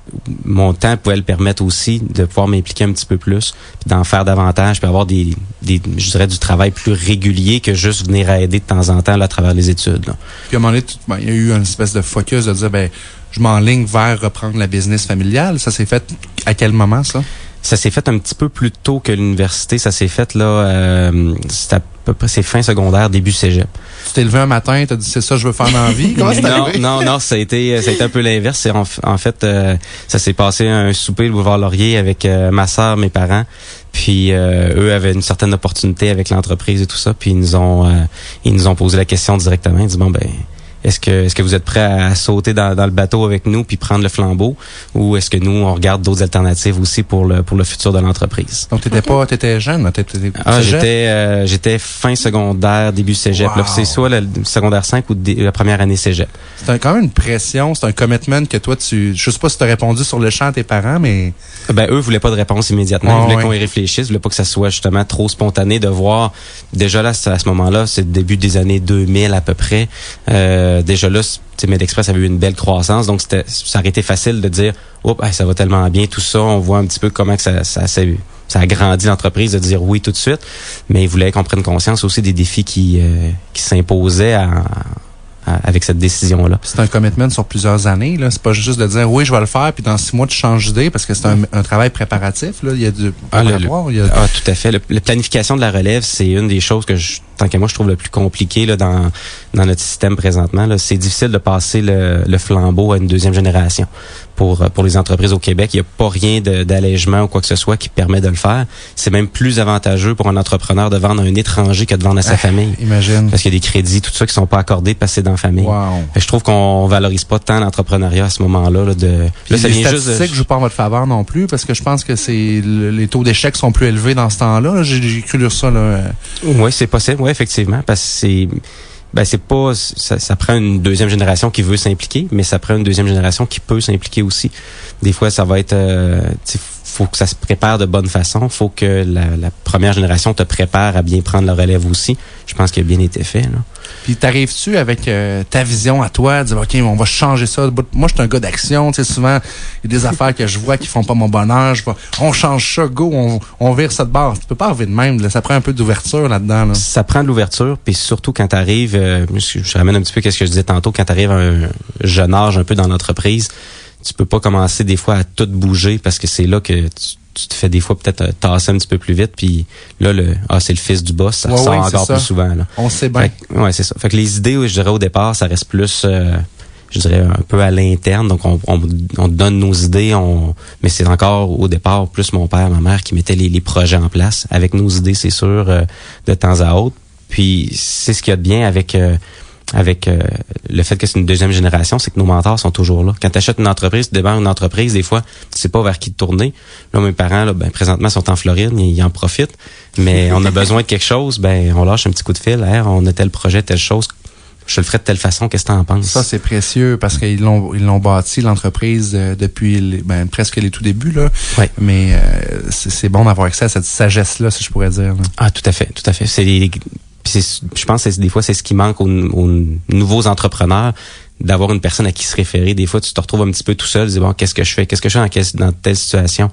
S7: mon temps pouvait le permettre aussi de pouvoir m'impliquer un petit peu plus, puis d'en faire davantage, puis avoir des, des, je dirais, du travail plus régulier que juste venir à aider de temps en temps là, à travers les études. Là.
S2: Puis à un moment donné, ben, il y a eu une espèce de focus de dire, ben, je m'enligne vers reprendre la business familiale. Ça s'est fait à quel moment, ça?
S7: Ça s'est fait un petit peu plus tôt que l'université. Ça s'est fait, là, euh, c'était à peu près, c'est fin secondaire, début cégep.
S2: Tu t'es levé un matin, t'as dit, c'est ça que je veux faire dans la vie? Comment c'est arrivé?
S7: Non, non, non, ça a été, ça a été un peu l'inverse. C'est en, en fait, euh, ça s'est passé un souper au boulevard Laurier avec euh, ma sœur, mes parents. Puis euh, eux avaient une certaine opportunité avec l'entreprise et tout ça. Puis ils nous ont, euh, ils nous ont posé la question directement. Ils disent, bon, ben, Est-ce que est-ce que vous êtes prêts à sauter dans, dans le bateau avec nous puis prendre le flambeau, ou est-ce que nous on regarde d'autres alternatives aussi pour le pour le futur de l'entreprise?
S2: Donc t'étais pas t'étais jeune, là, t'étais, t'étais
S7: ah, j'étais euh, j'étais fin secondaire, début cégep. Wow. Là, c'est soit le secondaire cinq ou dé, la première année cégep.
S2: C'est quand même une pression, c'est un commitment que toi tu, je sais pas si t'as répondu sur le champ à tes parents, mais
S7: ben eux voulaient pas de réponse immédiatement,
S2: oh,
S7: ils voulaient
S2: ouais.
S7: qu'on y réfléchisse, ils voulaient pas que ça soit justement trop spontané de voir. Déjà là, à ce moment-là, c'est le début des années deux mille à peu près. Euh, déjà là, MedExpress avait eu une belle croissance, donc c'était, ça aurait été facile de dire « Oups, ça va tellement bien, tout ça, on voit un petit peu comment que ça, ça, ça, ça a grandi l'entreprise, de dire oui tout de suite. » Mais ils voulaient qu'on prenne conscience aussi des défis qui, euh, qui s'imposaient à, à, avec cette décision-là.
S2: C'est un commitment sur plusieurs années, là. C'est pas juste de dire « Oui, je vais le faire », puis dans six mois, tu changes d'idée, parce que c'est un, un travail préparatif, là. Il y a du
S7: ah, le, le,
S2: il y a...
S7: ah, tout à fait. Le, la planification de la relève, c'est une des choses que je tant qu'à moi, je trouve le plus compliqué là, dans, dans notre système présentement. Là. C'est difficile de passer le, le flambeau à une deuxième génération. Pour, pour les entreprises au Québec, il n'y a pas rien de, d'allègement ou quoi que ce soit qui permet de le faire. C'est même plus avantageux pour un entrepreneur de vendre à un étranger que de vendre à sa ah, famille.
S2: Imagine.
S7: Parce qu'il y a des crédits, tout ça qui sont pas accordés parce que c'est dans la famille.
S2: Wow.
S7: Je trouve qu'on valorise pas tant l'entrepreneuriat à ce moment-là. Là, de,
S2: là, ça les vient statistiques juste de... jouent pas en votre faveur non plus, parce que je pense que c'est le, les taux d'échec sont plus élevés dans ce temps-là. Là. J'ai, j'ai cru lire ça. Là.
S7: Oui, c'est possible, oui, effectivement, parce que c'est... Ben c'est pas ça, ça prend une deuxième génération qui veut s'impliquer, mais ça prend une deuxième génération qui peut s'impliquer aussi. Des fois, ça va être euh, faut que ça se prépare de bonne façon, faut que la, la première génération te prépare à bien prendre la relève aussi. Je pense qu'il a bien été fait là.
S2: Puis t'arrives-tu avec euh, ta vision à toi, de dire OK, on va changer ça. Moi, je suis un gars d'action, tu sais, souvent il y a des affaires que je vois qui font pas mon bonheur, je vois, on change ça, go, on, on vire ça de bord. Tu peux pas arriver de même, là. Ça prend un peu d'ouverture là-dedans. Là.
S7: Ça prend de l'ouverture, puis surtout quand tu arrives, euh, je, je ramène un petit peu qu'est-ce que je disais tantôt, quand tu arrives à un jeune âge un peu dans l'entreprise, tu peux pas commencer des fois à tout bouger parce que c'est là que tu tu te fais des fois peut-être tasser un petit peu plus vite, puis là, le ah, c'est le fils du boss, ça
S2: ouais,
S7: ressort
S2: ouais,
S7: encore
S2: ça.
S7: plus souvent. Là.
S2: On sait bien.
S7: Fait, ouais, c'est ça. Fait que les idées, je dirais, au départ, ça reste plus, euh, je dirais, un peu à l'interne. Donc, on, on, on donne nos idées, on mais c'est encore, au départ, plus mon père, ma mère qui mettaient les, les projets en place. Avec nos idées, c'est sûr, euh, de temps à autre. Puis, c'est ce qu'il y a de bien avec... Euh, avec euh, le fait que c'est une deuxième génération, c'est que nos mentors sont toujours là. Quand tu achètes une entreprise, tu démarres une entreprise, des fois, tu sais pas vers qui te tourner. Là, mes parents, là, ben, présentement, sont en Floride, ils en profitent. Mais on a besoin de quelque chose, ben, on lâche un petit coup de fil. Hey, on a tel projet, telle chose. Je le ferai de telle façon, qu'est-ce que t'en penses?
S2: Ça, c'est précieux parce qu'ils l'ont, ils l'ont bâti, l'entreprise, euh, depuis les, ben, presque les tout débuts, là.
S7: Ouais.
S2: Mais euh, c'est, c'est bon d'avoir accès à cette sagesse-là, si je pourrais dire. Là.
S7: Ah, tout à fait, tout à fait. C'est les, Puis je pense que des fois, c'est ce qui manque aux, aux nouveaux entrepreneurs, d'avoir une personne à qui se référer. Des fois, tu te retrouves un petit peu tout seul, tu dis, bon, qu'est-ce que je fais? Qu'est-ce que je fais dans, dans telle situation?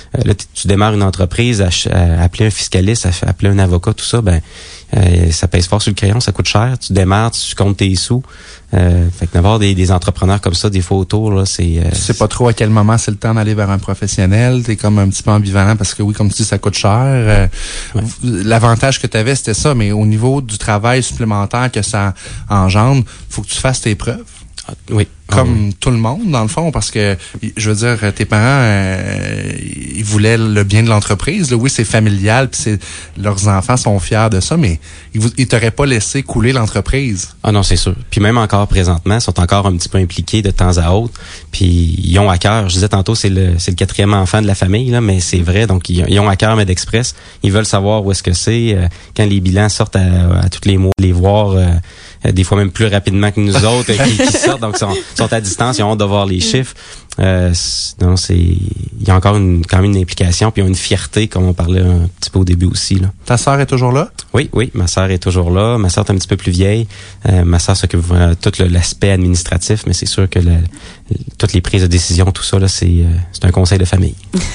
S7: Euh, là, tu démarres une entreprise, à, à appeler un fiscaliste, à appeler un avocat, tout ça, ben euh, ça pèse fort sur le crayon, ça coûte cher. Tu démarres, tu comptes tes sous. Euh, fait que d'avoir des, des entrepreneurs comme ça, des fois autour, là, c'est... Euh,
S2: tu sais pas trop à quel moment c'est le temps d'aller vers un professionnel. T'es comme un petit peu ambivalent parce que oui, comme tu dis, ça coûte cher. Euh,
S7: ouais.
S2: L'avantage que tu avais, c'était ça, mais au niveau du travail supplémentaire que ça engendre, faut que tu fasses tes preuves.
S7: Ah, oui.
S2: Comme
S7: ah, oui.
S2: tout le monde, dans le fond, parce que, je veux dire, tes parents, euh, ils voulaient le bien de l'entreprise. Là. Oui, c'est familial, puis c'est leurs enfants sont fiers de ça, mais ils, ils t'auraient pas laissé couler l'entreprise.
S7: Ah non, c'est sûr. Puis même encore présentement, ils sont encore un petit peu impliqués de temps à autre. Puis ils ont à cœur. Je disais tantôt, c'est le c'est le quatrième enfant de la famille, là, mais c'est vrai. Donc ils, ils ont à cœur MedExpress. Ils veulent savoir où est-ce que c'est. Euh, quand les bilans sortent à, à tous les mois, les voir. Euh, des fois même plus rapidement que nous autres qui, qui sortent, donc sont, sont à distance, ils ont hâte de voir les chiffres. Euh, non, c'est il y a encore une quand même une implication, puis ils ont une fierté, comme on parlait un petit peu au début aussi. Là.
S2: Ta sœur est toujours là?
S7: Oui, oui, ma sœur est toujours là. Ma sœur est un petit peu plus vieille. Euh, ma sœur s'occupe de tout le, l'aspect administratif, mais c'est sûr que le, toutes les prises de décision, tout ça, là, c'est, euh, c'est un conseil de famille.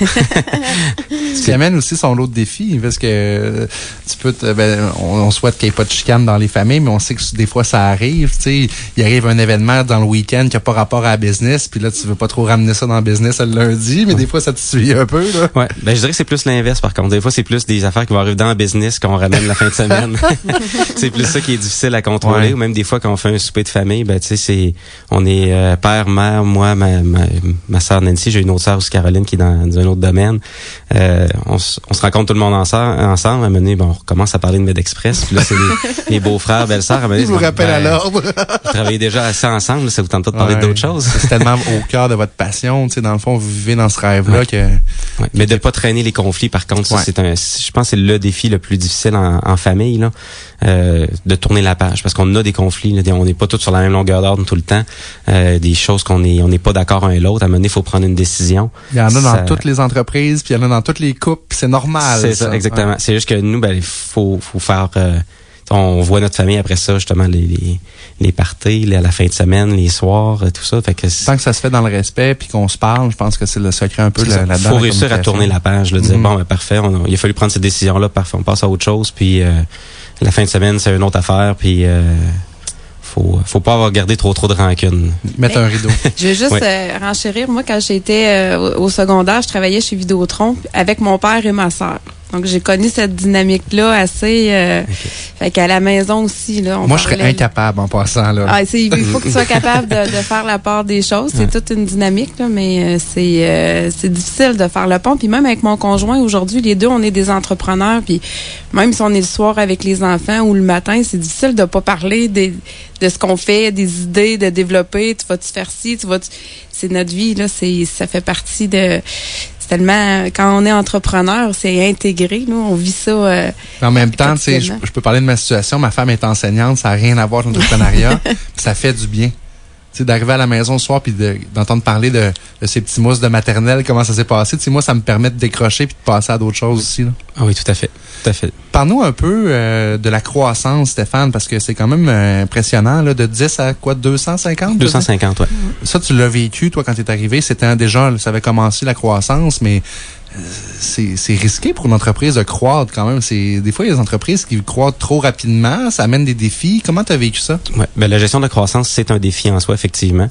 S2: Ce qui amène aussi son lot de défis, parce que euh, tu peux te, ben, on, on souhaite qu'il n'y ait pas de chicane dans les familles, mais on sait que des fois ça arrive. Tu sais, il arrive un événement dans le week-end qui n'a pas rapport à la business, puis là tu veux pas trop ramener ça dans le business le lundi, mais ouais. Des fois ça te suit un peu. Là.
S7: Ouais, ben je dirais que c'est plus l'inverse par contre. Des fois c'est plus des affaires qui vont arriver dans le business qu'on ramène la fin de semaine. C'est plus ça qui est difficile à contrôler. Ouais. Ou même des fois quand on fait un souper de famille, ben tu sais c'est on est euh, père, mère, moi, ma ma, ma sœur Nancy, j'ai une autre sœur aussi Caroline qui est dans, dans un autre domaine. Euh, on, on se rencontre tout le monde ensemble. ensemble à un moment donné, bon, on recommence à parler de MedExpress. Puis là, c'est les, les beaux-frères, belles-sœurs. À un moment donné,
S2: je vous
S7: bon,
S2: rappelle
S7: ben,
S2: à l'ordre.
S7: Vous travaillez déjà assez ensemble. Là, ça vous tente pas de parler ouais. d'autres choses.
S2: C'est tellement au cœur de votre passion. Tu sais, dans le fond, vous vivez dans ce rêve-là
S7: ouais.
S2: que...
S7: Ouais. Mais de pas traîner les conflits, par contre, ça, ouais. c'est un, je pense que c'est le défi le plus difficile en, en famille, là, euh, de tourner la page. Parce qu'on a des conflits, là, on n'est pas tous sur la même longueur d'ordre tout le temps. Euh, des choses qu'on est on n'est pas d'accord un et l'autre. À un moment donné, il faut prendre une décision.
S2: Il y en a
S7: ça...
S2: dans toutes les entreprises, puis il y en a dans toutes les couples, c'est normal.
S7: C'est ça, ça exactement. Ouais. C'est juste que nous, ben, il faut, faut faire... Euh, on voit notre famille après ça, justement, les, les, les parties, les, à la fin de semaine, les soirs, tout ça. Fait que
S2: tant que ça se fait dans le respect puis qu'on se parle, je pense que c'est le secret un peu là, là-dedans.
S7: Il faut réussir à tourner la page, là, dire, mm-hmm. bon, ben, parfait, on, il a fallu prendre cette décision-là, parfait, on passe à autre chose, puis euh, la fin de semaine, c'est une autre affaire, puis... Euh, Faut, faut pas avoir gardé trop trop de rancune.
S2: Mettre un rideau.
S6: Je vais juste
S7: oui.
S6: euh, renchérir. Moi, quand j'étais euh, au, au secondaire, je travaillais chez Vidéotron avec mon père et ma sœur. Donc, j'ai connu cette dynamique-là assez... Euh, okay. Fait qu'à la maison aussi, là, on
S2: moi, je serais incapable en passant, là.
S6: Ah, c'est, il faut que tu sois capable de, de faire la part des choses. C'est ouais. toute une dynamique, là, mais euh, c'est euh, c'est difficile de faire le pont. Puis même avec mon conjoint, aujourd'hui, les deux, on est des entrepreneurs. Puis même si on est le soir avec les enfants ou le matin, c'est difficile de pas parler des, de ce qu'on fait, des idées, de développer. Tu vas-tu faire ci, tu vas c'est notre vie, là. C'est, ça fait partie de... C'est tellement, quand on est entrepreneur, c'est intégré, nous, on vit ça. Euh,
S2: en même temps, tu sais, je, je peux parler de ma situation. Ma femme est enseignante, ça n'a rien à voir avec l'entrepreneuriat. Ça fait du bien. Tu sais, d'arriver à la maison le soir puis de, d'entendre parler de, de ces petits mousses de maternelle, comment ça s'est passé. Tu sais, moi, ça me permet de décrocher puis de passer à d'autres choses aussi, là.
S7: Ah oui, tout à fait. Tout à fait.
S2: Parle-nous un peu euh, de la croissance, Stéphane, parce que c'est quand même euh, impressionnant, là, de dix à quoi, deux cent cinquante?
S7: deux cent cinquante, oui.
S2: Ça, tu l'as vécu, toi, quand tu es arrivé. C'était déjà, ça avait commencé la croissance, mais euh, c'est, c'est risqué pour une entreprise de croître quand même. C'est, des fois, il y a des entreprises qui croîtent trop rapidement, ça amène des défis. Comment tu as vécu ça?
S7: Ouais, ben, la gestion de la croissance, c'est un défi en soi, effectivement.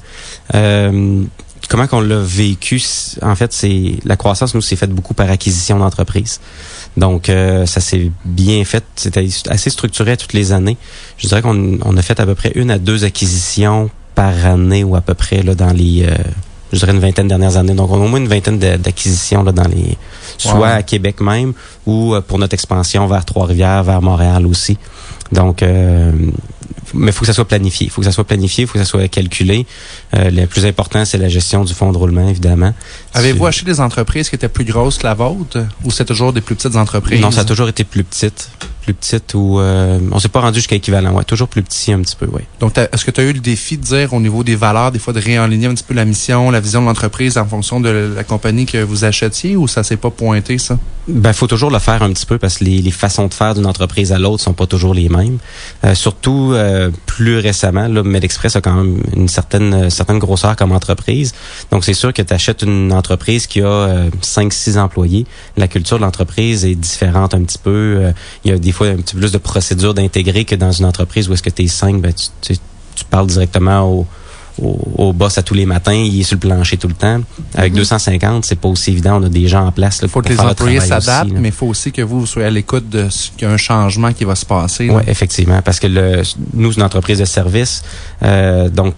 S7: Euh, comment qu'on l'a vécu? En fait, c'est la croissance, nous, c'est fait beaucoup par acquisition d'entreprise. Donc, euh, ça s'est bien fait. C'était assez structuré toutes les années. Je dirais qu'on on a fait à peu près une à deux acquisitions par année ou à peu près là dans les, euh, je dirais une vingtaine de dernières années. Donc, on a au moins une vingtaine de, d'acquisitions là dans les, soit wow. à Québec même ou euh, pour notre expansion vers Trois-Rivières, vers Montréal aussi. Donc, euh, mais il faut que ça soit planifié. Il faut que ça soit planifié, il faut que ça soit calculé. Euh, le plus important, c'est la gestion du fonds de roulement, évidemment.
S2: Avez-vous acheté des entreprises qui étaient plus grosses que la vôtre ou c'est toujours des plus petites entreprises?
S7: Non, ça a toujours été plus petite. plus petite ou euh, on s'est pas rendu jusqu'à équivalent. Ouais, toujours plus petit un petit peu, oui.
S2: Donc, est-ce que tu as eu le défi de dire au niveau des valeurs, des fois de réaligner un petit peu la mission, la vision de l'entreprise en fonction de la compagnie que vous achetiez ou ça s'est pas pointé, ça?
S7: Ben, faut toujours le faire un petit peu parce que les, les façons de faire d'une entreprise à l'autre sont pas toujours les mêmes. Euh, surtout, euh, plus récemment, là, MedExpress a quand même une certaine, certaine grosseur comme entreprise. Donc, c'est sûr que tu achètes une entreprise qui a euh, cinq six employés. La culture de l'entreprise est différente un petit peu. Euh, il y a des fois un petit peu plus de procédures d'intégrer que dans une entreprise où est-ce que tu es cinq, ben, tu, tu, tu parles directement au Au, au boss à tous les matins, il est sur le plancher tout le temps. Avec mm-hmm. deux cent cinquante, c'est pas aussi évident. On a des gens en place. Il faut
S2: que les employés s'adaptent, mais il faut aussi que vous, vous soyez à l'écoute de ce qu'il y a un changement qui va se passer.
S7: Oui, effectivement. Parce que le, nous, c'est une entreprise de service. Euh, donc,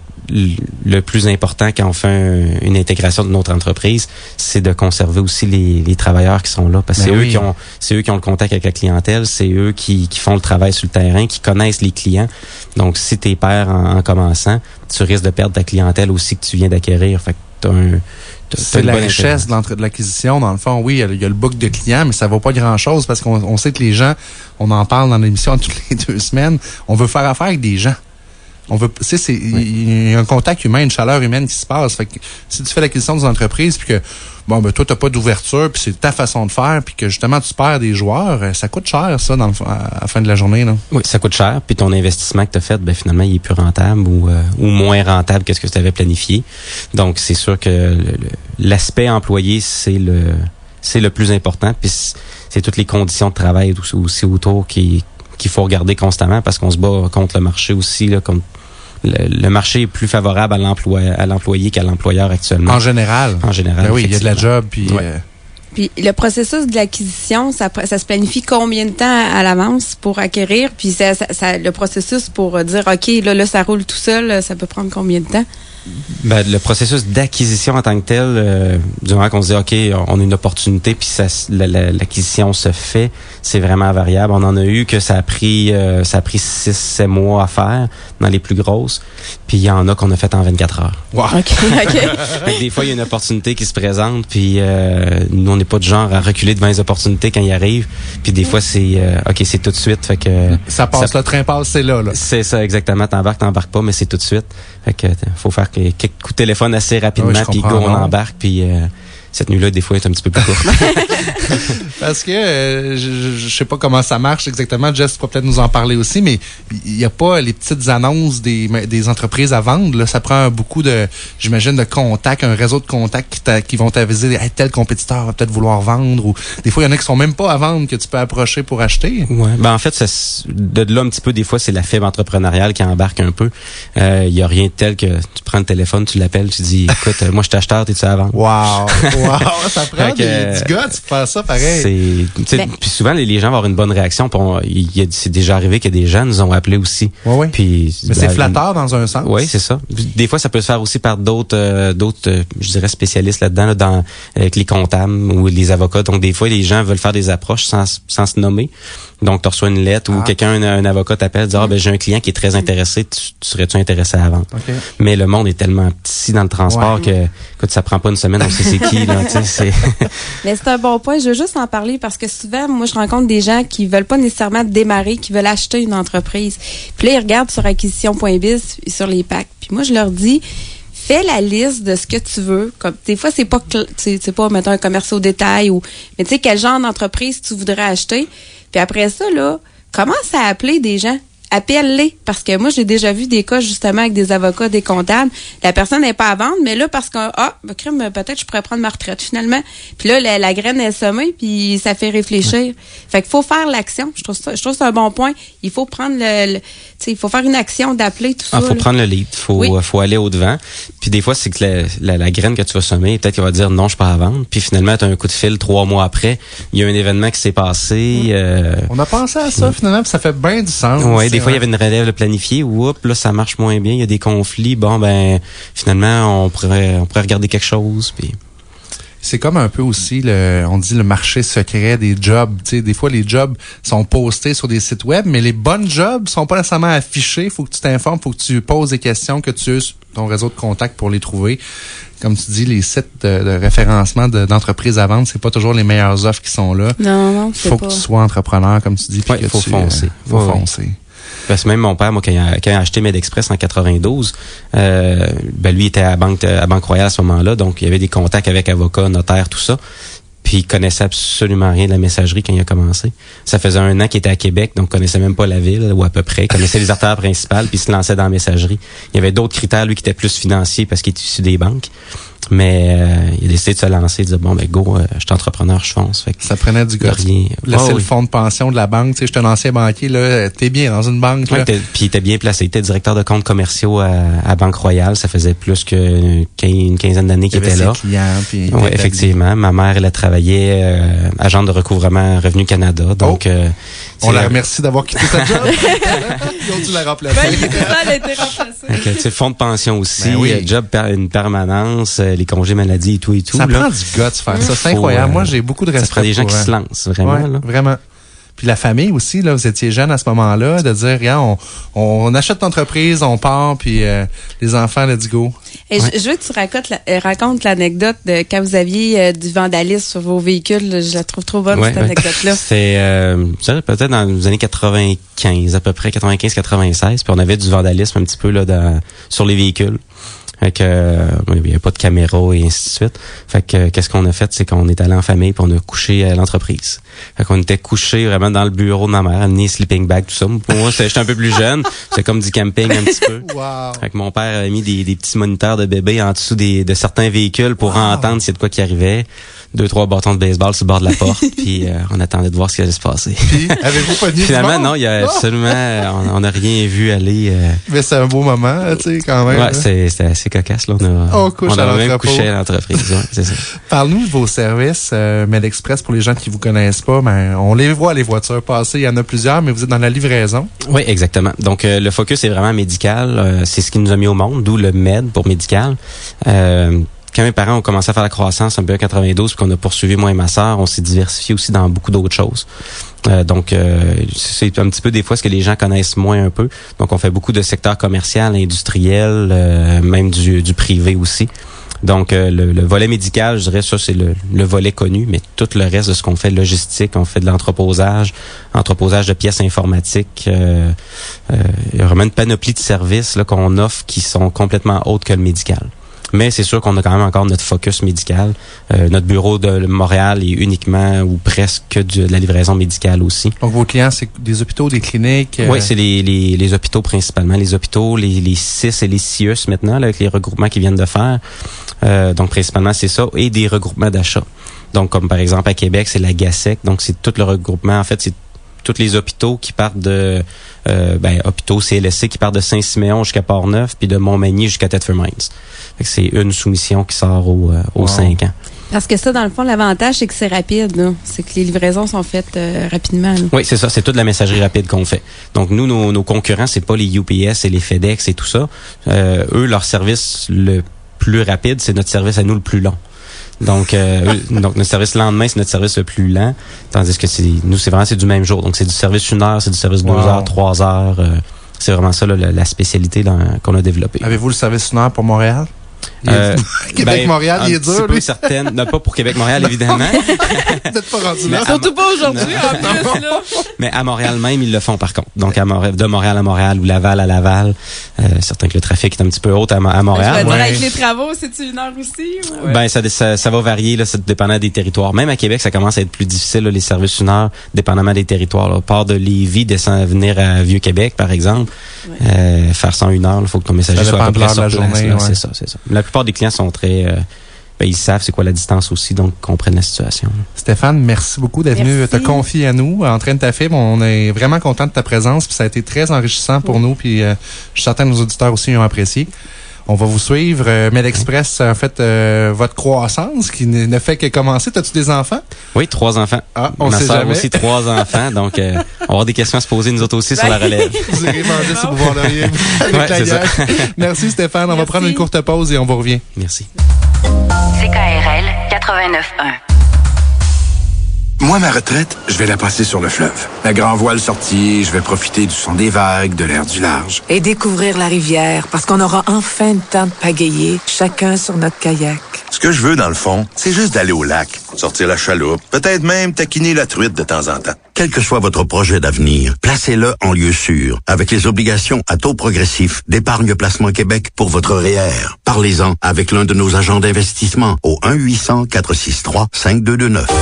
S7: le plus important quand on fait un, une intégration de notre entreprise, c'est de conserver aussi les, les travailleurs qui sont là. Parce que c'est oui. eux qui ont, c'est eux qui ont le contact avec la clientèle, c'est eux qui, qui font le travail sur le terrain, qui connaissent les clients. Donc, si t'es père en, en commençant, tu risques de perdre ta clientèle aussi que tu viens d'acquérir. Fait que t'as un, t'as,
S2: c'est
S7: t'as
S2: la richesse de, de l'acquisition. Dans le fond, oui, il y, y a le book de clients, mais ça vaut pas grand-chose parce qu'on on sait que les gens, on en parle dans l'émission toutes les deux semaines, on veut faire affaire avec des gens. On veut, c'est, c'est, il oui. y a un contact humain, une chaleur humaine qui se passe. Fait que si tu fais l'acquisition d'une entreprise puis que, bon, ben, toi, t'as pas d'ouverture puis c'est ta façon de faire puis que, justement, tu perds des joueurs, ça coûte cher, ça, dans le, à la fin de la journée, là.
S7: Oui, ça coûte cher puis ton investissement que t'as fait, ben, finalement, il est plus rentable ou, euh, ou moins rentable que ce que tu avais planifié. Donc, c'est sûr que le, le, l'aspect employé, c'est le, c'est le plus important puis c'est toutes les conditions de travail aussi autour qui, qu'il faut regarder constamment parce qu'on se bat contre le marché aussi, là, comme le, le marché est plus favorable à l'employé, à l'employé qu'à l'employeur actuellement.
S2: En général.
S7: En général.
S2: Ben oui, il y a de la job. Puis,
S6: ouais.
S2: euh...
S6: puis le processus de l'acquisition, ça, ça se planifie combien de temps à, à l'avance pour acquérir? Puis ça, ça, ça, le processus pour dire, OK, là, là, ça roule tout seul, ça peut prendre combien de temps?
S7: Ben, le processus d'acquisition en tant que tel, euh, du moment qu'on se dit, OK, on a une opportunité, puis ça, la, la, l'acquisition se fait, c'est vraiment variable. On en a eu que ça a pris euh, ça a pris six sept mois à faire dans les plus grosses, puis il y en a qu'on a fait en vingt-quatre heures.
S2: Wow.
S6: OK, OK.
S7: Des fois, il y a une opportunité qui se présente, puis euh, nous, on n'est pas du genre à reculer devant les opportunités quand ils arrivent, puis des fois, c'est euh, OK, c'est tout de suite. Fait que
S2: ça passe, ça, le train passe, c'est là, là.
S7: C'est ça, exactement. T'embarques, t'embarques pas, mais c'est tout de suite. Fait que faut faire quelques coups de téléphone assez rapidement,
S2: oui,
S7: puis go, on embarque, puis euh, cette nuit-là, des fois, est un petit peu plus courte.
S2: Parce que euh, je, je sais pas comment ça marche exactement. Jess, tu pourras peut-être nous en parler aussi, mais il n'y a pas les petites annonces des, des entreprises à vendre. Là. Ça prend beaucoup de, j'imagine, de contacts, un réseau de contacts qui, qui vont t'aviser hey, tel compétiteur va peut-être vouloir vendre. Ou des fois, il y en a qui sont même pas à vendre que tu peux approcher pour acheter.
S7: Ouais. Ben en fait, ça, de là un petit peu, des fois, c'est la fibre entrepreneuriale qui embarque un peu. Il euh, y a rien de tel que tu prends le téléphone, tu l'appelles, tu dis, écoute, moi je suis acheteur, t'es-tu à vendre?
S2: Wow! Wow! Ça prend des, euh, du gars, tu peux faire ça pareil.
S7: C'est, ben. Puis souvent, les, les gens vont avoir une bonne réaction. On, y a, c'est déjà arrivé que des gens nous ont appelés aussi.
S2: Oui, oui.
S7: Puis,
S2: mais ben, c'est flatteur dans un sens.
S7: Oui, c'est ça. Des fois, ça peut se faire aussi par d'autres, euh, d'autres, euh, je dirais, spécialistes là-dedans, là, dans, avec les comptables ou les avocats. Donc, des fois, les gens veulent faire des approches sans, sans se nommer. Donc, tu reçois une lettre ah. ou quelqu'un, un, un avocat t'appelle, dit, ah, ben, j'ai un client qui est très intéressé, tu, tu serais-tu intéressé à vendre? Okay. Mais le monde est tellement petit dans le transport ouais. que, écoute, ça prend pas une semaine, on sait c'est qui, là, tu sais, c'est...
S6: Mais c'est un bon point. Je veux juste en parler parce que souvent, moi, je rencontre des gens qui veulent pas nécessairement démarrer, qui veulent acheter une entreprise. Puis là, ils regardent sur acquisition point biz, sur les packs. Puis moi, je leur dis, fais la liste de ce que tu veux. Comme des fois, c'est pas, c'est, c'est pas, mettons, un commerce au détail ou, mais tu sais, quel genre d'entreprise tu voudrais acheter. Puis après ça, là, commence à appeler des gens. Appelle-les. Parce que moi, j'ai déjà vu des cas, justement, avec des avocats, des comptables. La personne n'est pas à vendre, mais là, parce que, ah, ben, crime, peut-être je pourrais prendre ma retraite, finalement. Puis là, la, la graine est semée, puis ça fait réfléchir. Ouais. Fait qu'il faut faire l'action. Je trouve ça, je trouve ça un bon point. Il faut prendre le, le tu sais, il faut faire une action d'appeler tout
S7: ah,
S6: ça.
S7: Il faut là. prendre le lead. Il faut, oui. euh, faut aller au-devant. Puis des fois, c'est que la, la, la graine que tu vas semer, peut-être qu'elle va dire non, je suis pas à vendre. Puis finalement, tu as un coup de fil trois mois après. Il y a un événement qui s'est passé.
S2: Ouais.
S7: Euh,
S2: On a pensé à ça, ouais. finalement, puis ça fait bien du sens.
S7: Oui, des fois, il y avait une relève planifiée. Oups, là, ça marche moins bien. Il y a des conflits. Bon, ben, finalement, on pourrait, on pourrait regarder quelque chose. Puis...
S2: C'est comme un peu aussi, le, on dit le marché secret des jobs. Tu sais, des fois, les jobs sont postés sur des sites web, mais les bonnes jobs sont pas nécessairement affichés. Faut que tu t'informes, faut que tu poses des questions, que tu uses ton réseau de contacts pour les trouver. Comme tu dis, les sites de, de référencement de, d'entreprises à vendre, c'est pas toujours les meilleures offres qui sont là.
S6: Non, non, c'est
S2: faut
S6: pas.
S2: que tu sois entrepreneur, comme tu dis, puis
S7: Ouais,
S2: que
S7: faut
S2: tu
S7: foncer.
S2: Euh, faut
S7: Ouais,
S2: foncer.
S7: Parce que même mon père, moi, quand il a, quand il a acheté MedExpress en quatre-vingt-douze, euh, ben lui était à Banque, à Banque Royale à ce moment-là, donc il y avait des contacts avec avocats, notaires, tout ça. Puis il connaissait absolument rien de la messagerie quand il a commencé. Ça faisait un an qu'il était à Québec, donc il connaissait même pas la ville, ou à peu près. Il connaissait les artères principales, puis il se lançait dans la messagerie. Il y avait d'autres critères, lui, qui étaient plus financiers parce qu'il est issu des banques. Mais euh, il a décidé de se lancer, de dire, bon, ben go, euh, je suis entrepreneur, je fonce. Fait que
S2: ça prenait du gars.
S7: rien.
S2: Laisser
S7: Oh,
S2: le
S7: oui.
S2: fonds de pension de la banque. Tu sais, je suis un ancien banquier, là. T'es bien dans une banque,
S7: Ouais,
S2: là.
S7: t'es- puis il était bien placé. Il était directeur de comptes commerciaux à, à Banque Royale. Ça faisait plus qu'une une quinzaine d'années
S2: Il y
S7: qu'il
S2: avait
S7: était
S2: ses
S7: là.
S2: clients, puis il
S7: Oui,
S2: était
S7: effectivement. Ma mère, elle a travaillé euh, agente de recouvrement Revenu Canada. Donc,
S2: Oh.
S7: euh,
S2: On
S7: c'est
S2: la
S7: la-
S2: remercie d'avoir quitté sa job. Ils ont dû la remplacer.
S6: Ben, c'est ça, elle a été remplacée.
S7: Donc, tu sais, fonds de pension aussi,
S2: Ben oui.
S7: euh, job, per- une permanence, euh, les congés maladie et tout et tout.
S2: Ça
S7: là.
S2: prend du gars de faire ça. C'est
S7: Faut,
S2: incroyable.
S7: euh,
S2: Moi, j'ai beaucoup de
S7: Ça
S2: respect
S7: prend des gens
S2: pour,
S7: qui
S2: euh,
S7: se lancent, vraiment.
S2: ouais,
S7: là.
S2: vraiment. Puis la famille aussi, là, vous étiez jeune à ce moment-là, de dire, regarde, on, on achète l'entreprise, on part, puis euh, les enfants, let's go.
S6: Et
S7: Ouais.
S6: je, je veux que tu racontes, la- euh, racontes l'anecdote de quand vous aviez euh, du vandalisme sur vos véhicules. Je la trouve trop bonne,
S7: Ouais,
S6: cette
S7: ouais.
S6: anecdote-là.
S7: C'est euh, je dirais peut-être dans les années quatre-vingt-quinze, à peu près quatre-vingt-quinze quatre-vingt-seize, puis on avait du vandalisme un petit peu là dans, sur les véhicules. Fait que euh, il n'y avait pas de caméra et ainsi de suite. Fait que euh, qu'est-ce qu'on a fait, c'est qu'on est allé en famille puis on a couché à l'entreprise. Fait qu'on était couché vraiment dans le bureau de ma mère, amené sleeping bag, tout ça. Pour moi, c'était- j'étais un peu plus jeune, c'est comme du camping un petit peu.
S2: Wow.
S7: Fait que mon père a mis des, des petits moniteurs de bébé en dessous des, de certains véhicules pour entendre s'il y a de quoi qui arrivait. Deux, trois bâtons de baseball sur le bord de la porte, puis euh, on attendait de voir ce qui allait se passer.
S2: Puis, avez-vous pogné du
S7: Finalement,
S2: monde?
S7: non, il y a absolument, on n'a rien vu aller. euh,
S2: Mais c'est un beau moment, tu sais, quand même.
S7: ouais,
S2: là.
S7: c'est, c'était assez cocasse, là. On a,
S2: On couche
S7: on
S2: à
S7: a même
S2: l'entrepôt.
S7: couché à l'entreprise, ouais, c'est ça.
S2: Parle-nous de vos services, euh, MedExpress, pour les gens qui vous connaissent pas. Ben, on les voit, les voitures passer. Il y en a plusieurs, mais vous êtes dans la livraison.
S7: Oui, exactement. Donc, euh, le focus est vraiment médical. Euh, c'est ce qui nous a mis au monde, d'où le med pour médical. Euh, quand mes parents ont commencé à faire la croissance un peu en quatre-vingt-douze, puis qu'on a poursuivi moi et ma sœur, on s'est diversifié aussi dans beaucoup d'autres choses. Euh, donc, euh, c'est un petit peu des fois ce que les gens connaissent moins un peu. Donc, on fait beaucoup de secteur commercial, industriel, euh, même du, du privé aussi. Donc, euh, le, le volet médical, je dirais, ça, c'est le, le volet connu, mais tout le reste de ce qu'on fait, logistique, on fait de l'entreposage, entreposage de pièces informatiques. Euh, euh, il y a vraiment une panoplie de services là, qu'on offre qui sont complètement autres que le médical. Mais c'est sûr qu'on a quand même encore notre focus médical. Euh, notre bureau de Montréal est uniquement ou presque du, de la livraison médicale aussi.
S2: Donc, vos clients, c'est des hôpitaux, des cliniques. euh,
S7: Oui, c'est les, les, les hôpitaux principalement. Les hôpitaux, les, les C I S et les C I U S maintenant, là, avec les regroupements qu'ils viennent de faire. Euh, donc, principalement, c'est ça. Et des regroupements d'achat. Donc, comme par exemple à Québec, c'est la GASEC. Donc, c'est tout le regroupement. En fait, c'est tous les hôpitaux qui partent de... Euh, ben, hôpitaux C L S C qui partent de Saint-Siméon jusqu'à Port-Neuf, puis de Montmagny jusqu'à Thetford Mines. Fait que c'est une soumission qui sort aux, euh, aux
S2: Wow.
S7: cinq ans.
S6: Parce que ça, dans le fond, l'avantage, c'est que c'est rapide. là. C'est que les livraisons sont faites euh, rapidement. là.
S7: Oui, c'est ça. C'est toute la messagerie rapide qu'on fait. Donc, nous, nos, nos concurrents, c'est pas les U P S et les FedEx et tout ça. Euh, eux, leur service le plus rapide, c'est notre service à nous le plus long. Donc, euh, eux, donc notre service le lendemain, c'est notre service le plus lent. Tandis que c'est nous, c'est vraiment c'est du même jour. Donc, c'est du service une heure, c'est du service deux
S2: Wow.
S7: heures, trois heures. Euh, c'est vraiment ça, là, la, la spécialité dans- qu'on a développée.
S2: Avez-vous le service une heure pour Montréal? Il est-
S7: Euh,
S2: Québec-Montréal,
S7: ben,
S2: il est
S7: un
S2: dur,
S7: petit peu
S2: lui.
S7: certaine. Non, pas pour Québec-Montréal, évidemment.
S2: Peut-être pas rendu là.
S7: Mais à-
S6: Surtout pas aujourd'hui, en plus. là.
S7: Mais à Montréal même, ils le font par contre. Donc, à Montréal, de Montréal à Montréal ou Laval à Laval. Euh, certain que le trafic est un petit peu haut à, Mo- à
S6: Je
S7: Montréal.
S6: vais dire,
S2: ouais.
S6: avec les travaux, c'est-tu une heure aussi? ou-
S7: Ben, ça, ça, ça va varier, là, c'est dépendant des territoires. Même à Québec, ça commence à être plus difficile, là, les services une heure, dépendamment des territoires. Là. Part de Lévis, descend à venir à Vieux-Québec, par exemple.
S6: Ouais.
S7: Euh, faire ça en une heure, il faut que ton messager
S2: Ça
S7: soit à
S2: dépend
S7: peu
S2: de
S7: près
S2: l'heure
S7: sur
S2: de la
S7: place.
S2: journée,
S7: là.
S2: ouais.
S7: C'est ça, c'est ça. La plupart des clients sont très... euh, ben, ils savent c'est quoi la distance aussi, donc comprennent la situation. là.
S2: Stéphane, merci beaucoup d'être venu
S6: Merci.
S2: te confier à nous. En train de ta fibre, on est vraiment content de ta présence, puis ça a été très enrichissant pour nous, puis euh, je suis certain que nos auditeurs aussi ont apprécié. On va vous suivre. Euh, MedExpress, en fait, euh, votre croissance qui ne ne fait que commencer. T'as-tu des enfants?
S7: Oui, trois enfants.
S2: Ah, on
S7: Ma
S2: sait
S7: sœur
S2: jamais.
S7: aussi, trois enfants. Donc, euh, on va avoir des questions à se poser, nous autres aussi, sur la relève.
S2: Vous irez manger sur Boulevard Laurier avec
S7: Ouais,
S2: la
S7: c'est ça.
S2: gueule. Merci Stéphane. On va
S6: Merci.
S2: prendre une courte pause et on vous revient.
S7: Merci.
S8: C K R L quatre-vingt quatre-vingt-neuf un.
S9: Moi, ma retraite, je vais la passer sur le fleuve. La grand voile sortie, je vais profiter du son des vagues, de l'air du large.
S10: Et découvrir la rivière, parce qu'on aura enfin le temps de pagayer, chacun sur notre kayak.
S11: Ce que je veux, dans le fond, c'est juste d'aller au lac, sortir la chaloupe, peut-être même taquiner la truite de temps en temps.
S12: Quel que soit votre projet d'avenir, placez-le en lieu sûr, avec les obligations à taux progressif d'Épargne Placement Québec pour votre R E E R. Parlez-en avec l'un de nos agents d'investissement au un huit cents, quatre six trois, cinq deux deux neuf.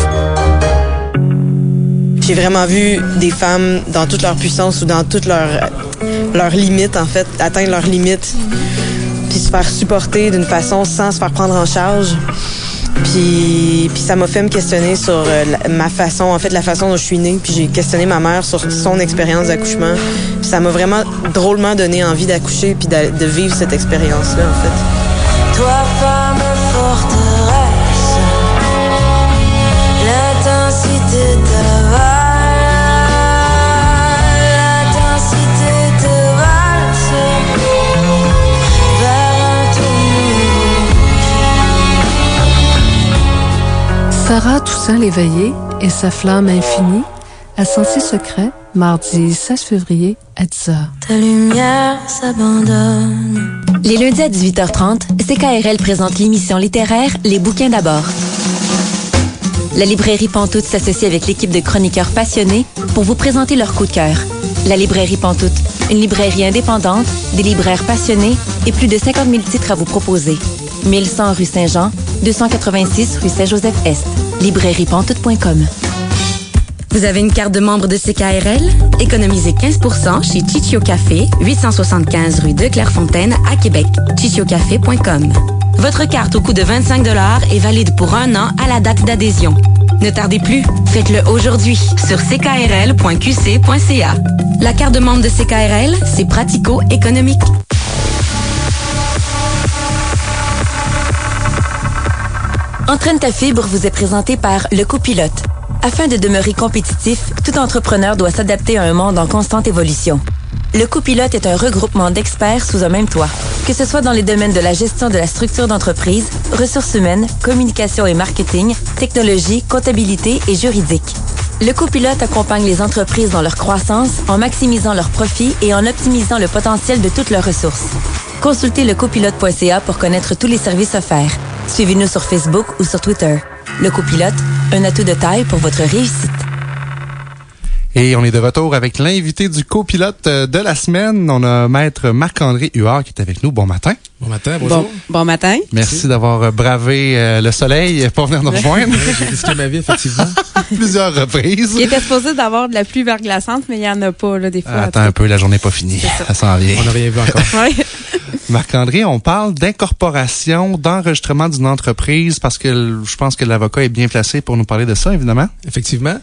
S13: J'ai vraiment vu des femmes dans toute leur puissance ou dans toutes leurs leurs limites, en fait, atteindre leurs limites, puis se faire supporter d'une façon sans se faire prendre en charge. Puis, puis ça m'a fait me questionner sur la, ma façon, en fait, la façon dont je suis née. Puis j'ai questionné ma mère sur son expérience d'accouchement. Puis ça m'a vraiment drôlement donné envie d'accoucher puis de, de vivre cette expérience-là, en fait.
S14: Toi, femme forteresse, l'intensité de
S15: Sarah Toussaint-Léveillé et sa flamme infinie à Sentier Secret, mardi seize février à dix heures.
S14: Ta lumière s'abandonne.
S1: Les lundis à dix-huit heures trente, C K R L présente l'émission littéraire Les bouquins d'abord. La librairie Pantoute s'associe avec l'équipe de chroniqueurs passionnés pour vous présenter leur coup de cœur. La librairie Pantoute, une librairie indépendante, des libraires passionnés et plus de cinquante mille titres à vous proposer. mille cent rue Saint-Jean, deux cent quatre-vingt-six rue Saint-Joseph-Est. librairie pantoute point com.
S3: Vous avez une carte de membre de C K R L? Économisez quinze pour cent chez Chichio Café, huit cent soixante-quinze rue de Clairefontaine à Québec. chichio café point com. Votre carte au coût de vingt-cinq dollars est valide pour un an à la date d'adhésion. Ne tardez plus, faites-le aujourd'hui sur c k r l point q c point c a. La carte de membre de C K R L, c'est pratico-économique.
S1: Entraîne ta fibre vous est présenté par Le Copilote. Afin de demeurer compétitif, tout entrepreneur doit s'adapter à un monde en constante évolution. Le Copilote est un regroupement d'experts sous un même toit. Que ce soit dans les domaines de la gestion de la structure d'entreprise, ressources humaines, communication et marketing, technologie, comptabilité et juridique. Le Copilote accompagne les entreprises dans leur croissance en maximisant leurs profits et en optimisant le potentiel de toutes leurs ressources. Consultez le copilote point c a pour connaître tous les services offerts. Suivez-nous sur Facebook ou sur Twitter. Le Copilote, un atout de taille pour votre réussite.
S2: Et on est de retour avec l'invité du copilote de la semaine. On a maître Marc-André Huard qui est avec nous. Bon matin.
S16: Bon matin, bonjour.
S6: Bon, bon matin.
S2: Merci, Merci d'avoir bravé euh, le soleil pour venir nous rejoindre.
S16: Oui, j'ai risqué ma vie, effectivement.
S2: Plusieurs reprises.
S6: Il était supposé d'avoir de la pluie verglaçante, mais il n'y en a pas, là, des fois.
S2: Attends un peu, la journée n'est pas finie. Ça. ça s'en vient.
S16: On n'a rien vu encore.
S6: Oui.
S2: Marc-André, on parle d'incorporation, d'enregistrement d'une entreprise parce que je pense que l'avocat est bien placé pour nous parler de ça, évidemment.
S16: Effectivement.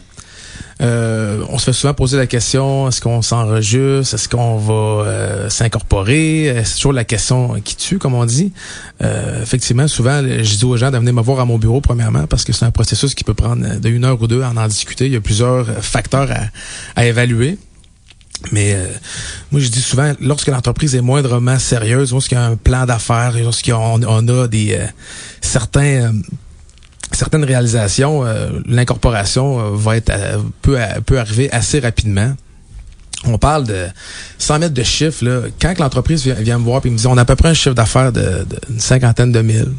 S16: Euh, on se fait souvent poser la question, est-ce qu'on s'enregistre, est-ce qu'on va euh, s'incorporer? C'est toujours la question qui tue, comme on dit. Euh, effectivement, souvent, je dis aux gens de venir me voir à mon bureau, premièrement, parce que c'est un processus qui peut prendre de une heure ou deux à en discuter. Il y a plusieurs facteurs à, à évaluer. Mais euh, moi, je dis souvent, lorsque l'entreprise est moindrement sérieuse, lorsqu'il y a un plan d'affaires, lorsqu'on on a des euh, certains... Euh, certaines réalisations, euh, l'incorporation euh, va être euh, peut, peut arriver assez rapidement. On parle de cent mètres de chiffres. Là, quand l'entreprise vient, vient me voir et me dit on a à peu près un chiffre d'affaires de, de une cinquantaine de mille.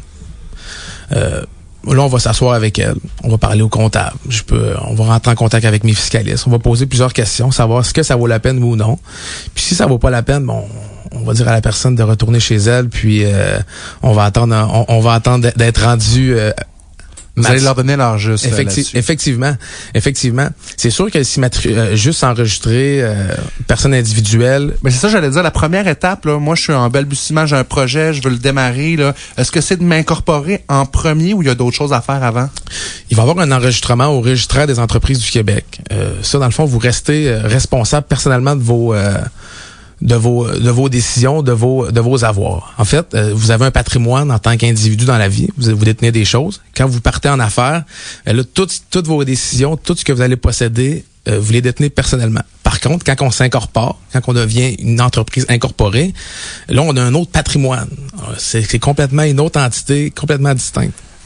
S16: Euh, là, on va s'asseoir avec elle. On va parler au comptable. Je peux, on va rentrer en contact avec mes fiscalistes. On va poser plusieurs questions, savoir ce que ça vaut la peine ou non. Puis si ça vaut pas la peine, bon, on va dire à la personne de retourner chez elle. Puis euh, on va attendre, on, on va attendre d'être rendu. Euh,
S2: Vous allez leur donner leur juste
S16: Effecti- Effectivement. Effectivement. C'est sûr que si matri- euh, juste enregistrer euh, personne individuelle...
S2: Ben c'est ça, j'allais dire. La première étape, là, moi, je suis en balbutiement, j'ai un projet, je veux le démarrer. Là. Est-ce que c'est de m'incorporer en premier ou il y a d'autres choses à faire avant?
S16: Il va y avoir un enregistrement au registraire des entreprises du Québec. Euh, ça, dans le fond, vous restez euh, responsable personnellement de vos... Euh, de vos de vos décisions, de vos de vos avoirs. En fait, euh, vous avez un patrimoine en tant qu'individu dans la vie, vous vous détenez des choses. Quand vous partez en affaires, euh, là toutes toutes vos décisions, tout ce que vous allez posséder, euh, vous les détenez personnellement. Par contre, quand on s'incorpore, quand on devient une entreprise incorporée, là on a un autre patrimoine. C'est c'est complètement une autre entité, complètement distincte.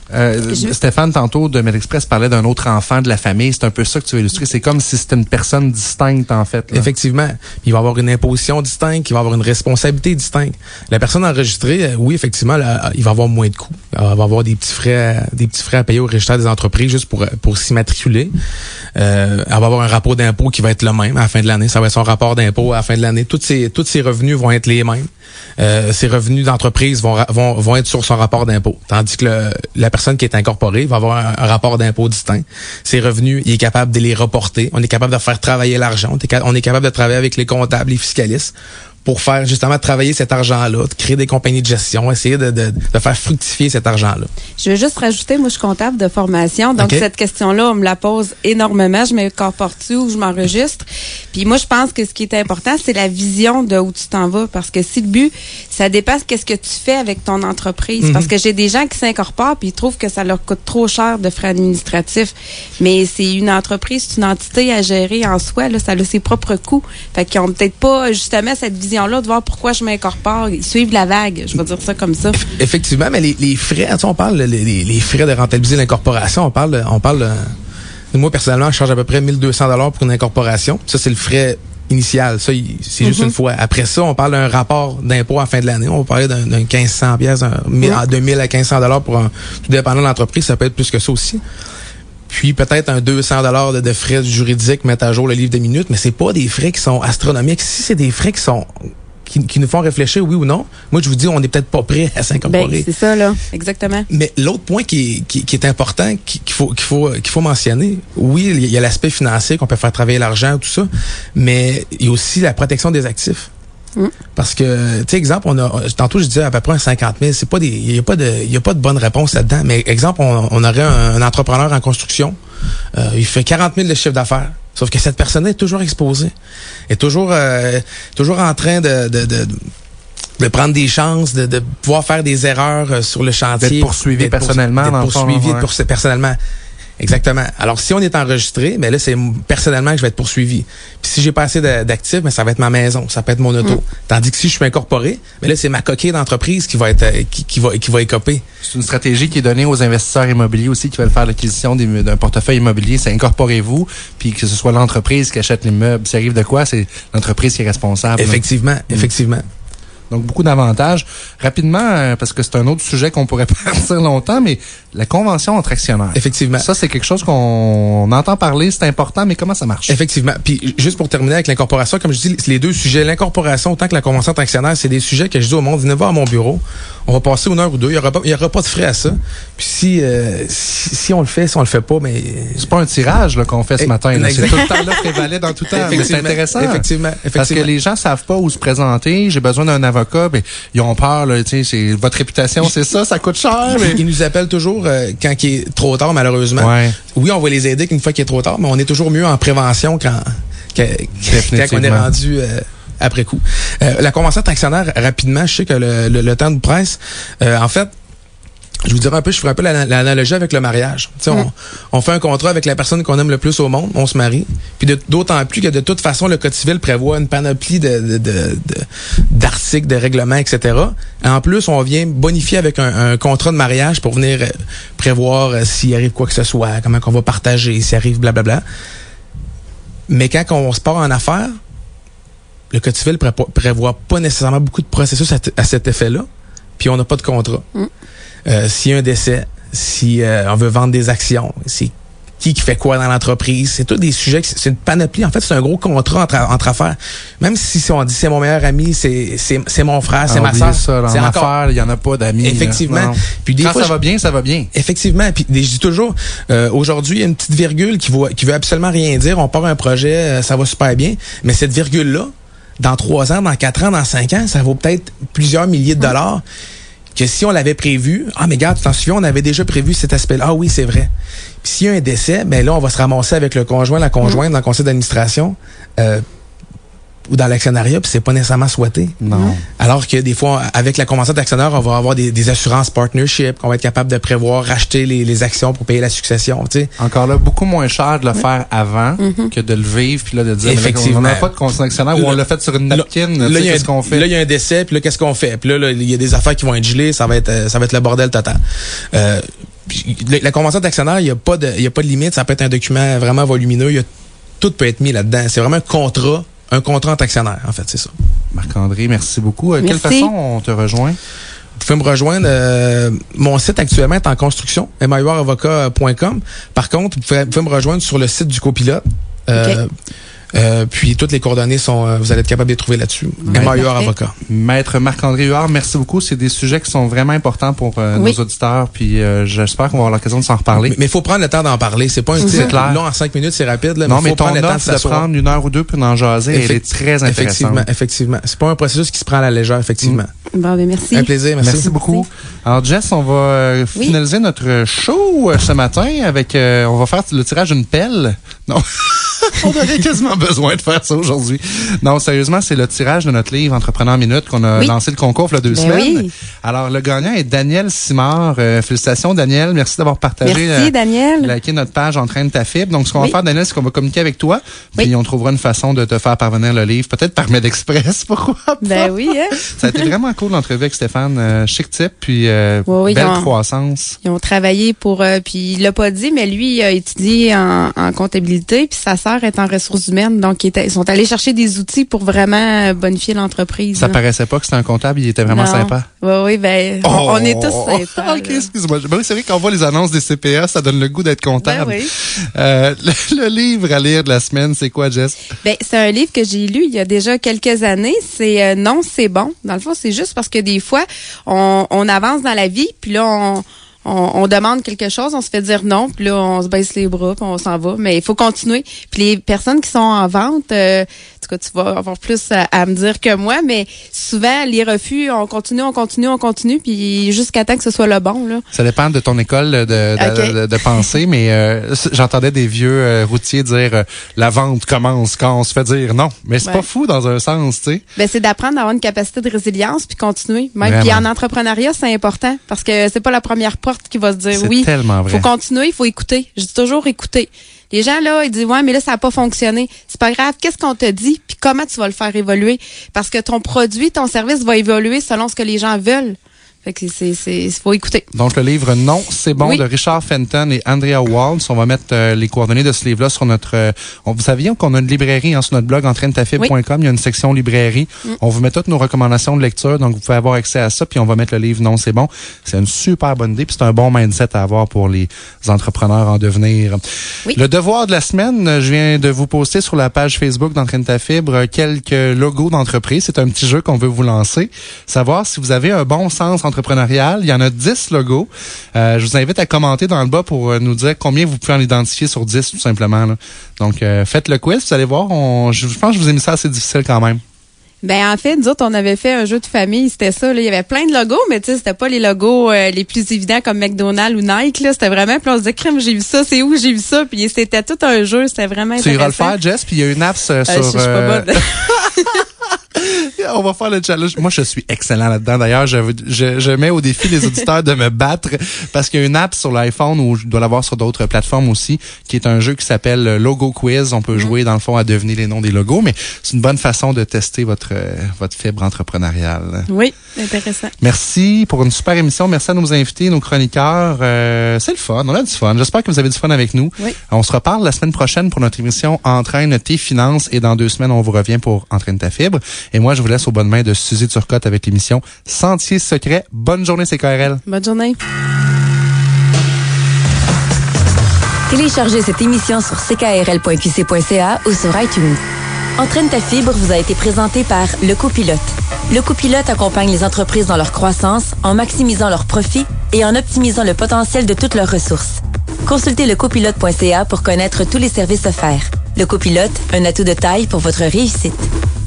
S2: Euh,
S6: Je...
S2: Stéphane, tantôt, de Medexpress parlait d'un autre enfant de la famille. C'est un peu ça que tu veux illustrer. C'est comme si c'était une personne distincte, en fait. Là.
S16: Effectivement. Il va avoir une imposition distincte, il va avoir une responsabilité distincte. La personne enregistrée, oui, effectivement, là, il va avoir moins de coûts. Il va avoir des petits frais, des petits frais à payer au registre des entreprises juste pour, pour s'immatriculer. Euh, elle va avoir un rapport d'impôt qui va être le même à la fin de l'année. Ça va être son rapport d'impôt à la fin de l'année. Tous ses, tous ses revenus vont être les mêmes. Euh, ses revenus d'entreprise vont, vont, vont être sur son rapport d'impôt. Tandis que le, la personne qui est incorporée va avoir un, un rapport d'impôt distinct. Ses revenus, il est capable de les reporter. On est capable de faire travailler l'argent. On est, on est capable de travailler avec les comptables, les fiscalistes pour faire justement travailler cet argent-là, de créer des compagnies de gestion, essayer de, de, de faire fructifier cet argent-là.
S6: Je vais juste rajouter, moi je suis comptable de formation, donc okay. Cette question-là, on me la pose énormément. Je m'incorpore-tu ou je m'enregistre? Puis moi, je pense que ce qui est important, c'est la vision de où tu t'en vas, parce que si le but, ça dépasse qu'est-ce que tu fais avec ton entreprise. Mm-hmm. Parce que j'ai des gens qui s'incorporent puis ils trouvent que ça leur coûte trop cher de frais administratifs. Mais c'est une entreprise, c'est une entité à gérer en soi, là, ça a ses propres coûts. Fait qu'ils ont peut-être pas justement cette vision là de voir pourquoi je m'incorpore. Ils suivent la vague, je vais dire ça comme ça.
S16: Effectivement, mais les, les frais, on parle les, les frais de rentabiliser l'incorporation, on parle, on parle. Moi personnellement, je charge à peu près mille deux cents dollars pour une incorporation. Ça c'est le frais initial. Ça, c'est juste mm-hmm. une fois. Après ça, on parle d'un rapport d'impôt à la fin de l'année. On va parler d'un, d'un quinze cents pièces, un mm-hmm. de mille à quinze cents dollars pour un, tout dépendant de l'entreprise. Ça peut être plus que ça aussi. Puis peut-être un deux cents dollars de, de frais juridiques, mettre à jour le livre de minutes, mais c'est pas des frais qui sont astronomiques. Si c'est des frais qui sont qui, qui nous font réfléchir, oui ou non, moi je vous dis, on n'est peut-être pas prêt à s'incorporer.
S6: Ben, c'est ça là, exactement.
S16: Mais l'autre point qui est, qui, qui est important, qui, qu'il faut qu'il faut qu'il faut mentionner, oui, il y a l'aspect financier qu'on peut faire travailler l'argent, tout ça, mais il y a aussi la protection des actifs. Mm. Parce que, tu sais, exemple, on a, tantôt je disais à peu près un cinquante mille, c'est pas des, il y a pas de, il y a pas de bonne réponse là-dedans. Mais exemple, on, on aurait un, un entrepreneur en construction, euh, il fait quarante mille de chiffre d'affaires. Sauf que cette personne est toujours exposée, est toujours, euh, toujours en train de, de, de de prendre des chances, de, de pouvoir faire des erreurs sur le chantier.
S2: D'être poursuivi d'être personnellement.
S16: D'être poursuivi ouais. pour, personnellement. Exactement. Alors, si on est enregistré, ben là, c'est personnellement que je vais être poursuivi. Puis si j'ai pas assez de, d'actifs, ben ça va être ma maison, ça peut être mon auto. Mm. Tandis que si je suis incorporé, ben là, c'est ma coquille d'entreprise qui va être qui, qui va qui va écoper.
S2: C'est une stratégie qui est donnée aux investisseurs immobiliers aussi qui veulent faire l'acquisition des, d'un portefeuille immobilier. C'est incorporez-vous, puis que ce soit l'entreprise qui achète l'immeuble. S'il arrive de quoi, c'est l'entreprise qui est responsable.
S16: Effectivement,
S2: là.
S16: effectivement.
S2: Donc, beaucoup d'avantages. Rapidement, euh, parce que c'est un autre sujet qu'on pourrait partir longtemps, mais la convention entre actionnaires.
S16: Effectivement.
S2: Ça, c'est quelque chose qu'on entend parler, c'est important, mais comment ça marche?
S16: Effectivement. Puis, juste pour terminer avec l'incorporation, comme je dis, les deux sujets, l'incorporation autant que la convention entre actionnaires, c'est des sujets que je dis au monde, venez voir à mon bureau. On va passer une heure ou deux. Il y aura pas, il y aura pas de frais à ça. Puis si, euh, si, si on le fait, si on le fait pas, mais...
S2: C'est pas un tirage, là, qu'on fait ce et, matin, là. C'est tout le temps là prévalait dans tout le temps. Mais c'est intéressant.
S16: Effectivement, effectivement.
S2: Parce que les gens savent pas où se présenter. J'ai besoin d'un avocat. Ben, ils ont peur, là, tu sais, c'est votre réputation, c'est ça, ça coûte cher. Mais...
S16: Ils nous appellent toujours euh, quand il est trop tard, malheureusement.
S2: Ouais.
S16: Oui, on va les aider qu'une fois qu'il est trop tard, mais on est toujours mieux en prévention quand, quand, quand on est rendu euh, après coup. Euh, la convention d'actionnaire, rapidement, je sais que le, le, le temps nous presse. Euh, en fait, je vous dirais un peu, je ferai un peu l'analogie avec le mariage. Tu sais, mm. on, on fait un contrat avec la personne qu'on aime le plus au monde, on se marie. Puis de, d'autant plus que de toute façon, le Code civil prévoit une panoplie de, de, de, de, d'articles, de règlements, et cetera. En plus, on vient bonifier avec un, un contrat de mariage pour venir euh, prévoir euh, s'il arrive quoi que ce soit, comment qu'on va partager, s'il arrive blablabla. Mais quand on se part en affaires, le Code civil pré- prévoit pas nécessairement beaucoup de processus à, t- à cet effet-là, puis on n'a pas de contrat. Mm. Euh, s'il y a un décès, si euh, on veut vendre des actions, c'est qui qui fait quoi dans l'entreprise, c'est tous des sujets, c'est une panoplie. En fait, c'est un gros contrat entre, entre affaires. Même si, si on dit c'est mon meilleur ami, c'est c'est, c'est mon frère, c'est ah, ma soeur.
S2: Ça, dans
S16: c'est
S2: encore... affaires, il y en a pas d'amis.
S16: Effectivement. Puis des
S2: Quand
S16: fois,
S2: ça va bien, ça va bien.
S16: Effectivement. Puis je dis toujours, euh, aujourd'hui, il y a une petite virgule qui veut, qui veut absolument rien dire. On part un projet, euh, ça va super bien, mais cette virgule-là, dans trois ans, dans quatre ans, dans cinq ans, ça vaut peut-être plusieurs milliers de dollars. Que si on l'avait prévu, ah mais regarde, tu t'en souviens, on avait déjà prévu cet aspect-là. Ah oui, c'est vrai. Puis s'il y a un décès, ben là, on va se ramasser avec le conjoint, la conjointe, mmh. dans le conseil d'administration euh, ou dans l'actionnariat, puis c'est pas nécessairement souhaité.
S2: Non.
S16: Alors que des fois, avec la convention d'actionnaire, on va avoir des, des assurances partnership, qu'on va être capable de prévoir, racheter les, les actions pour payer la succession. Tu sais.
S2: Encore là, beaucoup moins cher de le faire avant mmh. que de le vivre, puis là de dire,
S16: effectivement,
S2: on n'a pas de convention d'actionnaire ou on l'a fait sur une napkin. Là, là, qu'est-ce qu'on fait?
S16: Là, il y a un décès, puis là, qu'est-ce qu'on fait? Puis là, il y a des affaires qui vont être gelées, ça va être, ça va être le bordel total. Euh, puis, la convention d'actionnaire, il n'y a pas de, il y a pas de limite. Ça peut être un document vraiment volumineux. Il y a, tout peut être mis là-dedans. C'est vraiment un contrat, un contrat entre actionnaires, en fait, c'est ça.
S2: Marc-André, merci beaucoup. De quelle façon on te rejoint?
S16: Vous pouvez me rejoindre. Euh, mon site actuellement est en construction, m a u r avocat point com. Par contre, vous pouvez, vous pouvez me rejoindre sur le site du copilote. Euh, okay. Euh, puis toutes les coordonnées sont, euh, vous allez être capable de les trouver là-dessus.
S2: Ouais,
S16: M A U R Avocat.
S2: Maître Marc-André Huard, merci beaucoup. C'est des sujets qui sont vraiment importants pour euh, oui. nos auditeurs. Puis euh, j'espère qu'on va avoir l'occasion de s'en reparler.
S16: Mais il faut prendre le temps d'en parler. C'est pas un titre long en cinq minutes, c'est rapide. Là,
S2: non,
S16: mais,
S2: mais
S16: faut
S2: ton
S16: prendre le temps
S2: offre de, de prendre une heure ou deux pour en jaser, Effect- elle est très intéressante.
S16: Effectivement, effectivement. C'est pas un processus qui se prend à la légère, effectivement.
S6: Mmh. Bon, ben merci.
S16: Un plaisir, merci.
S2: Merci beaucoup. Alors Jess, on va euh, oui. finaliser notre show euh, ce matin avec, euh, on va faire le tirage d'une pelle. Non. On aurait quasiment besoin de faire ça aujourd'hui. Non, sérieusement, c'est le tirage de notre livre Entrepreneur Minute qu'on a oui. lancé le concours il y a deux ben semaines. Oui. Alors, le gagnant est Daniel Simard. Euh, félicitations, Daniel. Merci d'avoir partagé.
S6: Merci, euh, Daniel.
S2: Liké notre page Entraîne ta fibre. Donc, ce qu'on oui. va faire, Daniel, c'est qu'on va communiquer avec toi. Puis, oui. on trouvera une façon de te faire parvenir le livre. Peut-être par MedExpress. Pourquoi pas?
S6: Ben oui, hein?
S2: Ça a été vraiment cool l'entrevue avec Stéphane. Euh, chic type, puis euh, oui, oui, belle ils ont, croissance.
S6: Ils ont travaillé pour... Euh, puis, il l'a pas dit, mais lui, il a étudié en, en comptabilité. Puis, sa sœur est en ressources humaines. Donc, ils, étaient, ils sont allés chercher des outils pour vraiment bonifier l'entreprise.
S2: Ça
S6: là.
S2: paraissait pas que c'était un comptable, il était vraiment
S6: non.
S2: sympa.
S6: Oui, oui, ben, oh, on est tous sympas.
S2: OK, excuse-moi. Ben oui, c'est vrai qu'on voit les annonces des C P A, ça donne le goût d'être comptable.
S6: Ben oui.
S2: euh, le, le livre à lire de la semaine, c'est quoi, Jess?
S6: Ben, c'est un livre que j'ai lu il y a déjà quelques années. C'est euh, Non, c'est bon. Dans le fond, c'est juste parce que des fois, on, on avance dans la vie, puis là, on... On, on demande quelque chose, on se fait dire non, puis là, on se baisse les bras, puis on s'en va. Mais il faut continuer. Puis les personnes qui sont en vente, euh, en tout cas, tu vas avoir plus à, à me dire que moi, mais souvent, les refus, on continue, on continue, on continue, puis jusqu'à temps que ce soit le bon. Là.
S2: Ça dépend de ton école de, de, okay. de, de, de pensée, mais euh, j'entendais des vieux euh, routiers dire euh, la vente commence quand on se fait dire non. Mais c'est ouais. pas fou dans un sens, tu sais.
S6: Ben, c'est d'apprendre à avoir une capacité de résilience, puis continuer. Même. Puis en entrepreneuriat, c'est important, parce que c'est pas la première porte qui va se dire
S2: c'est
S6: oui.
S2: Tellement vrai.
S6: Faut continuer, il faut écouter. Je dis toujours écouter. Les gens, là, ils disent, ouais, mais là, ça n'a pas fonctionné. C'est pas grave. Qu'est-ce qu'on te dit? Puis comment tu vas le faire évoluer? Parce que ton produit, ton service va évoluer selon ce que les gens veulent. Fait que c'est, c'est, faut écouter.
S2: Donc, le livre Non, c'est bon
S6: oui.
S2: de Richard Fenton et Andrea Waltz. On va mettre euh, les coordonnées de ce livre-là sur notre... Euh, on, vous saviez qu'on a une librairie hein, sur notre blog entraîne ta fibre point com. Oui. Il y a une section librairie. Mm. On vous met toutes nos recommandations de lecture. Donc, vous pouvez avoir accès à ça. Puis, on va mettre le livre Non, c'est bon. C'est une super bonne idée. Puis, c'est un bon mindset à avoir pour les entrepreneurs en devenir.
S6: Oui.
S2: Le devoir de la semaine, je viens de vous poster sur la page Facebook d'Entraîne ta fibre quelques logos d'entreprise. C'est un petit jeu qu'on veut vous lancer. Savoir si vous avez un bon sens entrepreneurial. Il y en a dix logos. Euh, je vous invite à commenter dans le bas pour euh, nous dire combien vous pouvez en identifier sur dix, tout simplement. Là. Donc, euh, faites le quiz. Vous allez voir, on, je, je pense que je vous ai mis ça assez difficile quand même.
S6: Ben en fait, nous autres, on avait fait un jeu de famille, c'était ça. Là. Il y avait plein de logos, mais tu sais, c'était pas les logos euh, les plus évidents comme McDonald's ou Nike. Là. C'était vraiment, puis on se disait, crème, j'ai vu ça, c'est où j'ai vu ça, puis c'était tout un jeu, c'était vraiment intéressant. Tu
S2: iras le faire, Jess, puis il y a une app euh, sur...
S6: Euh, je, je suis pas bonne.
S2: On va faire le challenge. Moi, je suis excellent là-dedans. D'ailleurs, je, je, je mets au défi les auditeurs de me battre parce qu'il y a une app sur l'iPhone ou je dois l'avoir sur d'autres plateformes aussi, qui est un jeu qui s'appelle Logo Quiz. On peut mmh. jouer, dans le fond, à deviner les noms des logos, mais c'est une bonne façon de tester votre, votre fibre entrepreneuriale.
S6: Oui, intéressant.
S2: Merci pour une super émission. Merci à nos invités, nos chroniqueurs. Euh, c'est le fun. On a du fun. J'espère que vous avez du fun avec nous.
S6: Oui.
S2: On se reparle la semaine prochaine pour notre émission Entraîne tes finances et dans deux semaines, on vous revient pour Entraîne ta fibre. Et moi, je vous laisse aux bonnes mains de Suzy Turcotte avec l'émission Sentier secret. Bonne journée, C K R L.
S6: Bonne journée.
S1: Téléchargez cette émission sur c k r l point q c point c a ou sur iTunes. Entraîne ta fibre vous a été présenté par Le Copilote. Le Copilote accompagne les entreprises dans leur croissance en maximisant leurs profits et en optimisant le potentiel de toutes leurs ressources. Consultez le copilote point c a pour connaître tous les services offerts. Le Copilote, un atout de taille pour votre réussite.